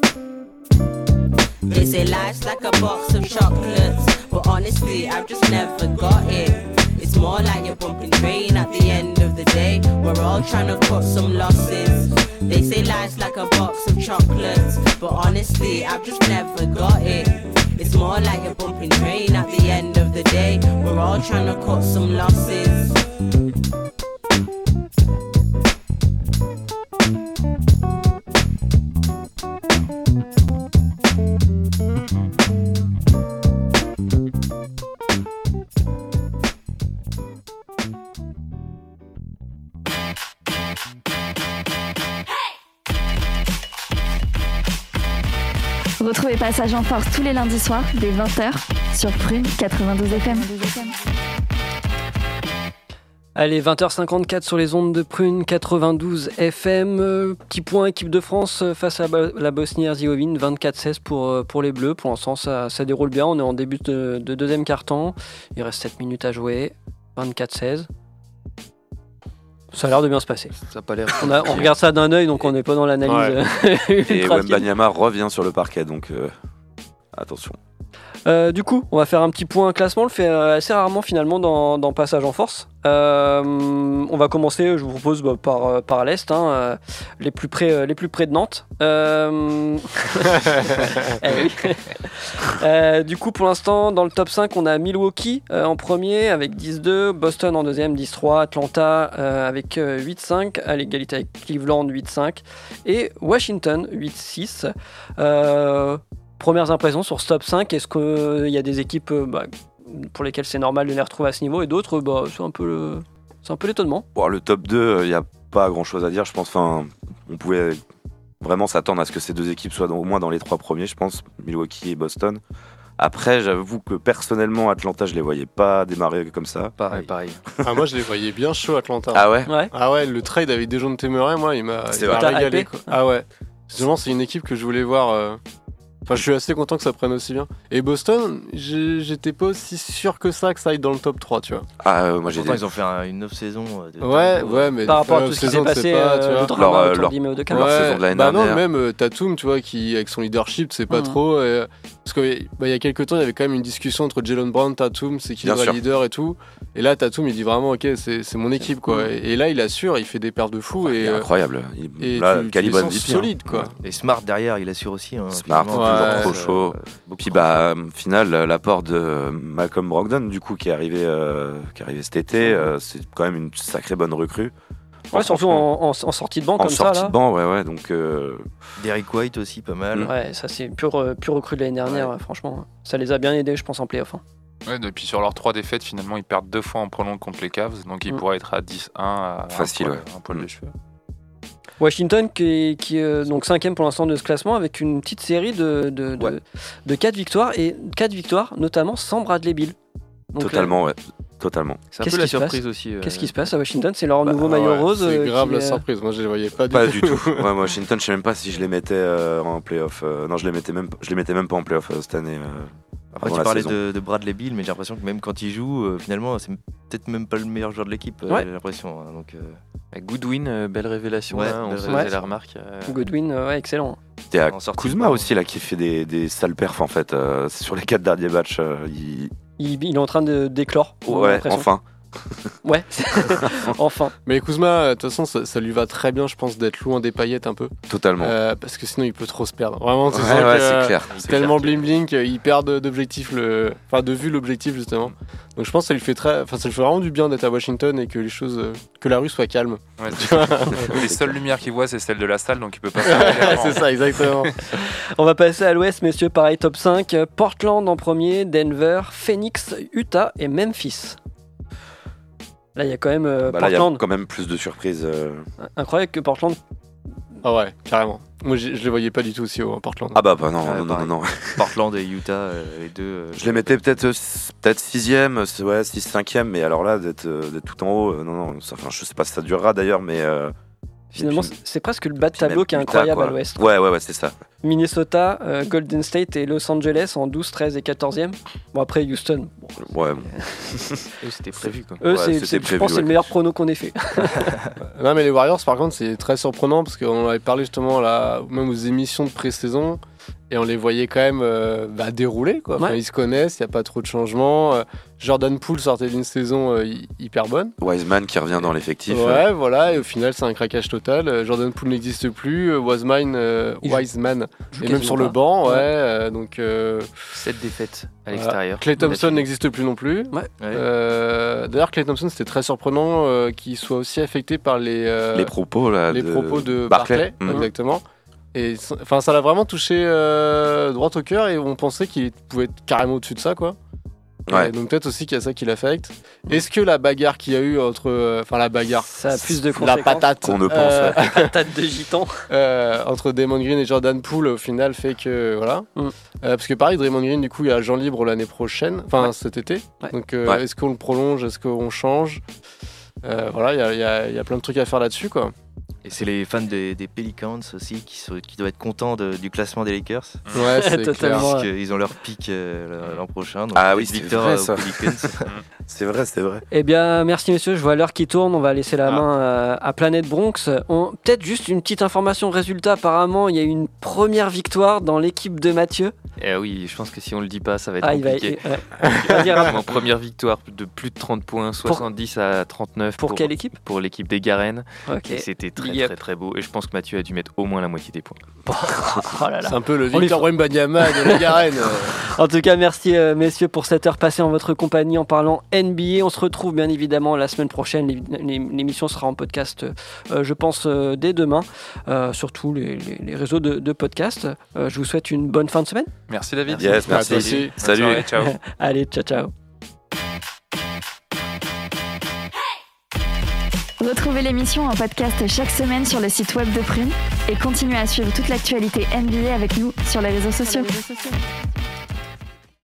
They say life's like a box of chocolates, but honestly, I've just never got it. It's more like you're bumping train at the end of the day. We're all trying to cut some losses. They say life's like a box of chocolates, but honestly, I've just never got it. It's more like you're bumping train at the end of the day. We're all trying to cut some losses. Retrouvez Passage en Force tous les lundis soirs dès vingt heures sur Prune quatre-vingt-douze F M. Allez, vingt heures cinquante-quatre sur les ondes de Prune quatre-vingt-douze F M. Euh, petit point équipe de France face à la Bosnie-Herzégovine, vingt-quatre seize pour, pour les Bleus. Pour l'instant, ça, ça déroule bien. On est en début de, de deuxième quart-temps. Il reste sept minutes à jouer. vingt-quatre seize. Ça a l'air de bien se passer. Ça a pas l'air. On, a, on regarde ça d'un œil, donc on n'est pas dans l'analyse. Ouais. Et Wembanyama revient sur le parquet, donc euh, attention. Euh, du coup, on va faire un petit point classement. On le fait euh, assez rarement finalement dans, dans Passage en Force. Euh, on va commencer, je vous propose, bah, par, par l'Est, hein, euh, les, plus près, euh, les plus près de Nantes. Euh... eh oui. euh, du coup, pour l'instant, dans le top cinq, on a Milwaukee euh, en premier avec dix deux, Boston en deuxième, dix trois, Atlanta euh, avec euh, huit cinq, à l'égalité avec Cleveland, huit cinq, et Washington, huit six. Euh, premières impressions sur ce top cinq, est-ce qu'il y a des équipes... Euh, bah, pour lesquels c'est normal de les retrouver à ce niveau, et d'autres, bah, c'est un peu, le... c'est un peu l'étonnement. Bon, le top deux, il n'y a pas grand-chose à dire, je pense. Enfin, on pouvait vraiment s'attendre à ce que ces deux équipes soient dans, au moins dans les trois premiers, je pense, Milwaukee et Boston. Après, j'avoue que personnellement, Atlanta, je les voyais pas démarrer comme ça. Pareil, pareil. Ah, moi, je les voyais bien chauds, Atlanta. Ah ouais, ouais. Ah ouais, le trade avec Dejounte Murray, moi, il m'a, il m'a régalé. Quoi. Ah ouais. Justement, c'est une équipe que je voulais voir... Euh... Enfin, je suis assez content que ça prenne aussi bien. Et Boston, j'étais pas aussi sûr que ça que ça aille dans le top trois, tu vois. Ah, euh, moi j'ai Pourtant, ils ont fait un, une off-saison. De ouais, temps, ouais, mais par rapport à tout ce qui s'est passé, pas, euh, tu vois. Leur, euh, leur, de leur, leur saison de l'année bah dernière. Non, même euh, Tatum, tu vois, qui, avec son leadership, c'est pas mmh. trop. Et, parce qu'il bah, y a quelques temps, il y avait quand même une discussion entre Jalen Brown, Tatum, c'est qui le vrai leader et tout. Et là, Tatum, il dit vraiment, ok, c'est mon équipe, quoi. Mmh. Et, et là, il assure, il fait des perfs de fou. Ouais, et, euh, incroyable. Il, et là, tu, calibre tu solide, quoi. Et Smart derrière, il assure aussi. Hein, Smart, ouais, toujours trop euh, chaud. Puis bah, au final, l'apport de Malcolm Brogdon, du coup, qui est arrivé, euh, qui est arrivé cet été, euh, c'est quand même une sacrée bonne recrue. Ouais, surtout en, en, en sortie de banc en comme ça. En sortie de banc, ouais, ouais. Donc, euh... Derrick White aussi, pas mal. Ouais, ça c'est pur, pur recrue de l'année dernière, ouais. Franchement. Ça les a bien aidés, je pense, en play-off. Hein. Ouais, et puis sur leurs trois défaites, finalement, ils perdent deux fois en prolongue contre les Cavs, donc ils mmh. pourraient être à dix un à facile, un poil, ouais. un poil mmh. de cheveux. Washington qui est, qui est donc cinquième pour l'instant de ce classement avec une petite série de, de, de, ouais. de quatre victoires et quatre victoires notamment sans Bradley Beal. Donc totalement, là, ouais. Totalement. C'est un peu la surprise aussi. Euh... Qu'est-ce qui se passe à Washington? C'est leur bah, nouveau ouais, maillot rose. C'est euh, grave qui, la surprise. Moi, je les voyais pas du pas tout. du tout. Ouais, moi, Washington, je sais même pas si je les mettais euh, en playoff. Euh, non, je les mettais même, je les mettais même pas en playoff euh, cette année. Euh, Après, tu parlais de, de Bradley Beal, mais j'ai l'impression que même quand il joue, euh, finalement, c'est peut-être même pas le meilleur joueur de l'équipe. Euh, ouais. J'ai l'impression. Hein, donc. Euh... Goodwin, euh, belle révélation, ouais, là, on faisait ouais. la remarque. Euh... Goodwin, euh, ouais, excellent. C'était à Kuzma aussi là qui fait des, des sales perfs en fait euh, sur les quatre derniers matchs. Euh, il... Il, il est en train de d'éclore. Ouais, enfin. Ouais, enfin. Mais Kuzma, de toute façon, ça, ça lui va très bien, je pense, d'être loin des paillettes un peu. Totalement. Euh, parce que sinon, il peut trop se perdre. Vraiment, c'est ouais, ouais, c'est clair. C'est tellement bling bling qu'il perd d'objectif, le... enfin de vue l'objectif justement. Donc je pense que ça lui fait très, enfin ça lui fait vraiment du bien d'être à Washington et que les choses, que la rue soit calme. Ouais, les seules lumières qu'il voit, c'est celle de la salle, donc il peut pas. C'est ça, exactement. On va passer à l'Ouest, messieurs. Pareil, top cinq. Portland en premier, Denver, Phoenix, Utah et Memphis. Là, il y a quand même euh, bah là, Portland. Il y a quand même plus de surprises. Euh... Incroyable que Portland. Ah ouais, carrément. Moi, je les voyais pas du tout aussi haut, hein, Portland. Ah bah, bah non, ouais, non, non, non, non. Portland et Utah, euh, les deux. Euh, je les mettais peut-être euh, peut-être sixième, ouais, six, cinquième, mais alors là, d'être euh, tout en haut, euh, non, non. Ça, enfin, je sais pas si ça durera d'ailleurs, mais. Euh, Finalement, puis, c'est presque le bas de tableau qui est incroyable Utah, à l'Ouest. Ouais, ouais, ouais, c'est ça. Minnesota, euh, Golden State et Los Angeles en douze, treize et quatorzième. Bon, après Houston. Bon. Ouais. Eux, c'était prévu, quoi. Eux, ouais, c'est, prévu, je pense que ouais. c'est le meilleur prono qu'on ait fait. Non, mais les Warriors, par contre, c'est très surprenant parce qu'on avait parlé justement là, même aux émissions de pré-saison. Et on les voyait quand même euh, bah, dérouler, quoi. Enfin, ouais. Ils se connaissent, il n'y a pas trop de changements. Euh, Jordan Poole sortait d'une saison euh, hyper bonne. Wiseman qui revient dans l'effectif. Ouais, euh... voilà, et au final, c'est un craquage total. Euh, Jordan Poole n'existe plus. Euh, Wiseman, euh, Wiseman est même sur le banc, ouais. ouais euh, donc, euh... sept défaites à l'extérieur. Klay Thompson n'existe plus non plus. Ouais. Euh, d'ailleurs, Klay Thompson, c'était très surprenant euh, qu'il soit aussi affecté par les, euh, les propos, là, les de... propos de Barclay. Barclay, Mmh. exactement. Et enfin, ça l'a vraiment touché euh, droit au cœur et on pensait qu'il pouvait être carrément au-dessus de ça, quoi. Ouais. Et donc peut-être aussi qu'il y a ça qui l'affecte. Est-ce que la bagarre qu'il y a eu entre, enfin euh, la bagarre, ça a plus de la patate qu'on ne pense, euh, la patate de gitan euh, entre Draymond Green et Jordan Poole au final fait que voilà. Mm. Euh, parce que pareil, Draymond Green du coup il y a agent libre l'année prochaine, enfin ouais. cet été. Ouais. Donc euh, ouais. est-ce qu'on le prolonge, est-ce qu'on change? euh, Voilà, il y, y, y a plein de trucs à faire là-dessus, quoi. Et c'est les fans des, des Pelicans aussi qui, sont, qui doivent être contents de, du classement des Lakers. Ouais, c'est totalement. clair. Parce qu'ils ont leur pic euh, l'an prochain. Donc ah oui, c'est Victor vrai, ça. C'est vrai, c'est vrai. Eh bien, merci messieurs, je vois l'heure qui tourne, on va laisser la ah. main à, à Planète Bronx. On, peut-être juste une petite information résultat, apparemment, il y a eu une première victoire dans l'équipe de Mathieu. Eh oui, je pense que si on le dit pas, ça va être Ah, il va- compliqué. il- ouais. Vas-y, Raph. Mon première victoire de plus de trente points, soixante-dix à trente-neuf. Pour quelle équipe ? Pour l'équipe des Garennes. Ok. Et c'était très Big up. très très beau. Et je pense que Mathieu a dû mettre au moins la moitié des points. Oh là là. C'est un peu le On lui Victor fait- Wembanyama de la Garenne. En tout cas, merci euh, messieurs pour cette heure passée en votre compagnie en parlant N B A. On se retrouve bien évidemment la semaine prochaine. L'é- l'é- L'émission sera en podcast, euh, je pense, euh, dès demain, euh, sur tous les, les- les réseaux de, de podcast. Euh, je vous souhaite une bonne fin de semaine. Merci David. Yes, merci. toi aussi. Salut. Bonne soirée, ciao. Allez, ciao, ciao. Retrouvez l'émission en podcast chaque semaine sur le site web de Prune et continuez à suivre toute l'actualité N B A avec nous sur les réseaux sociaux.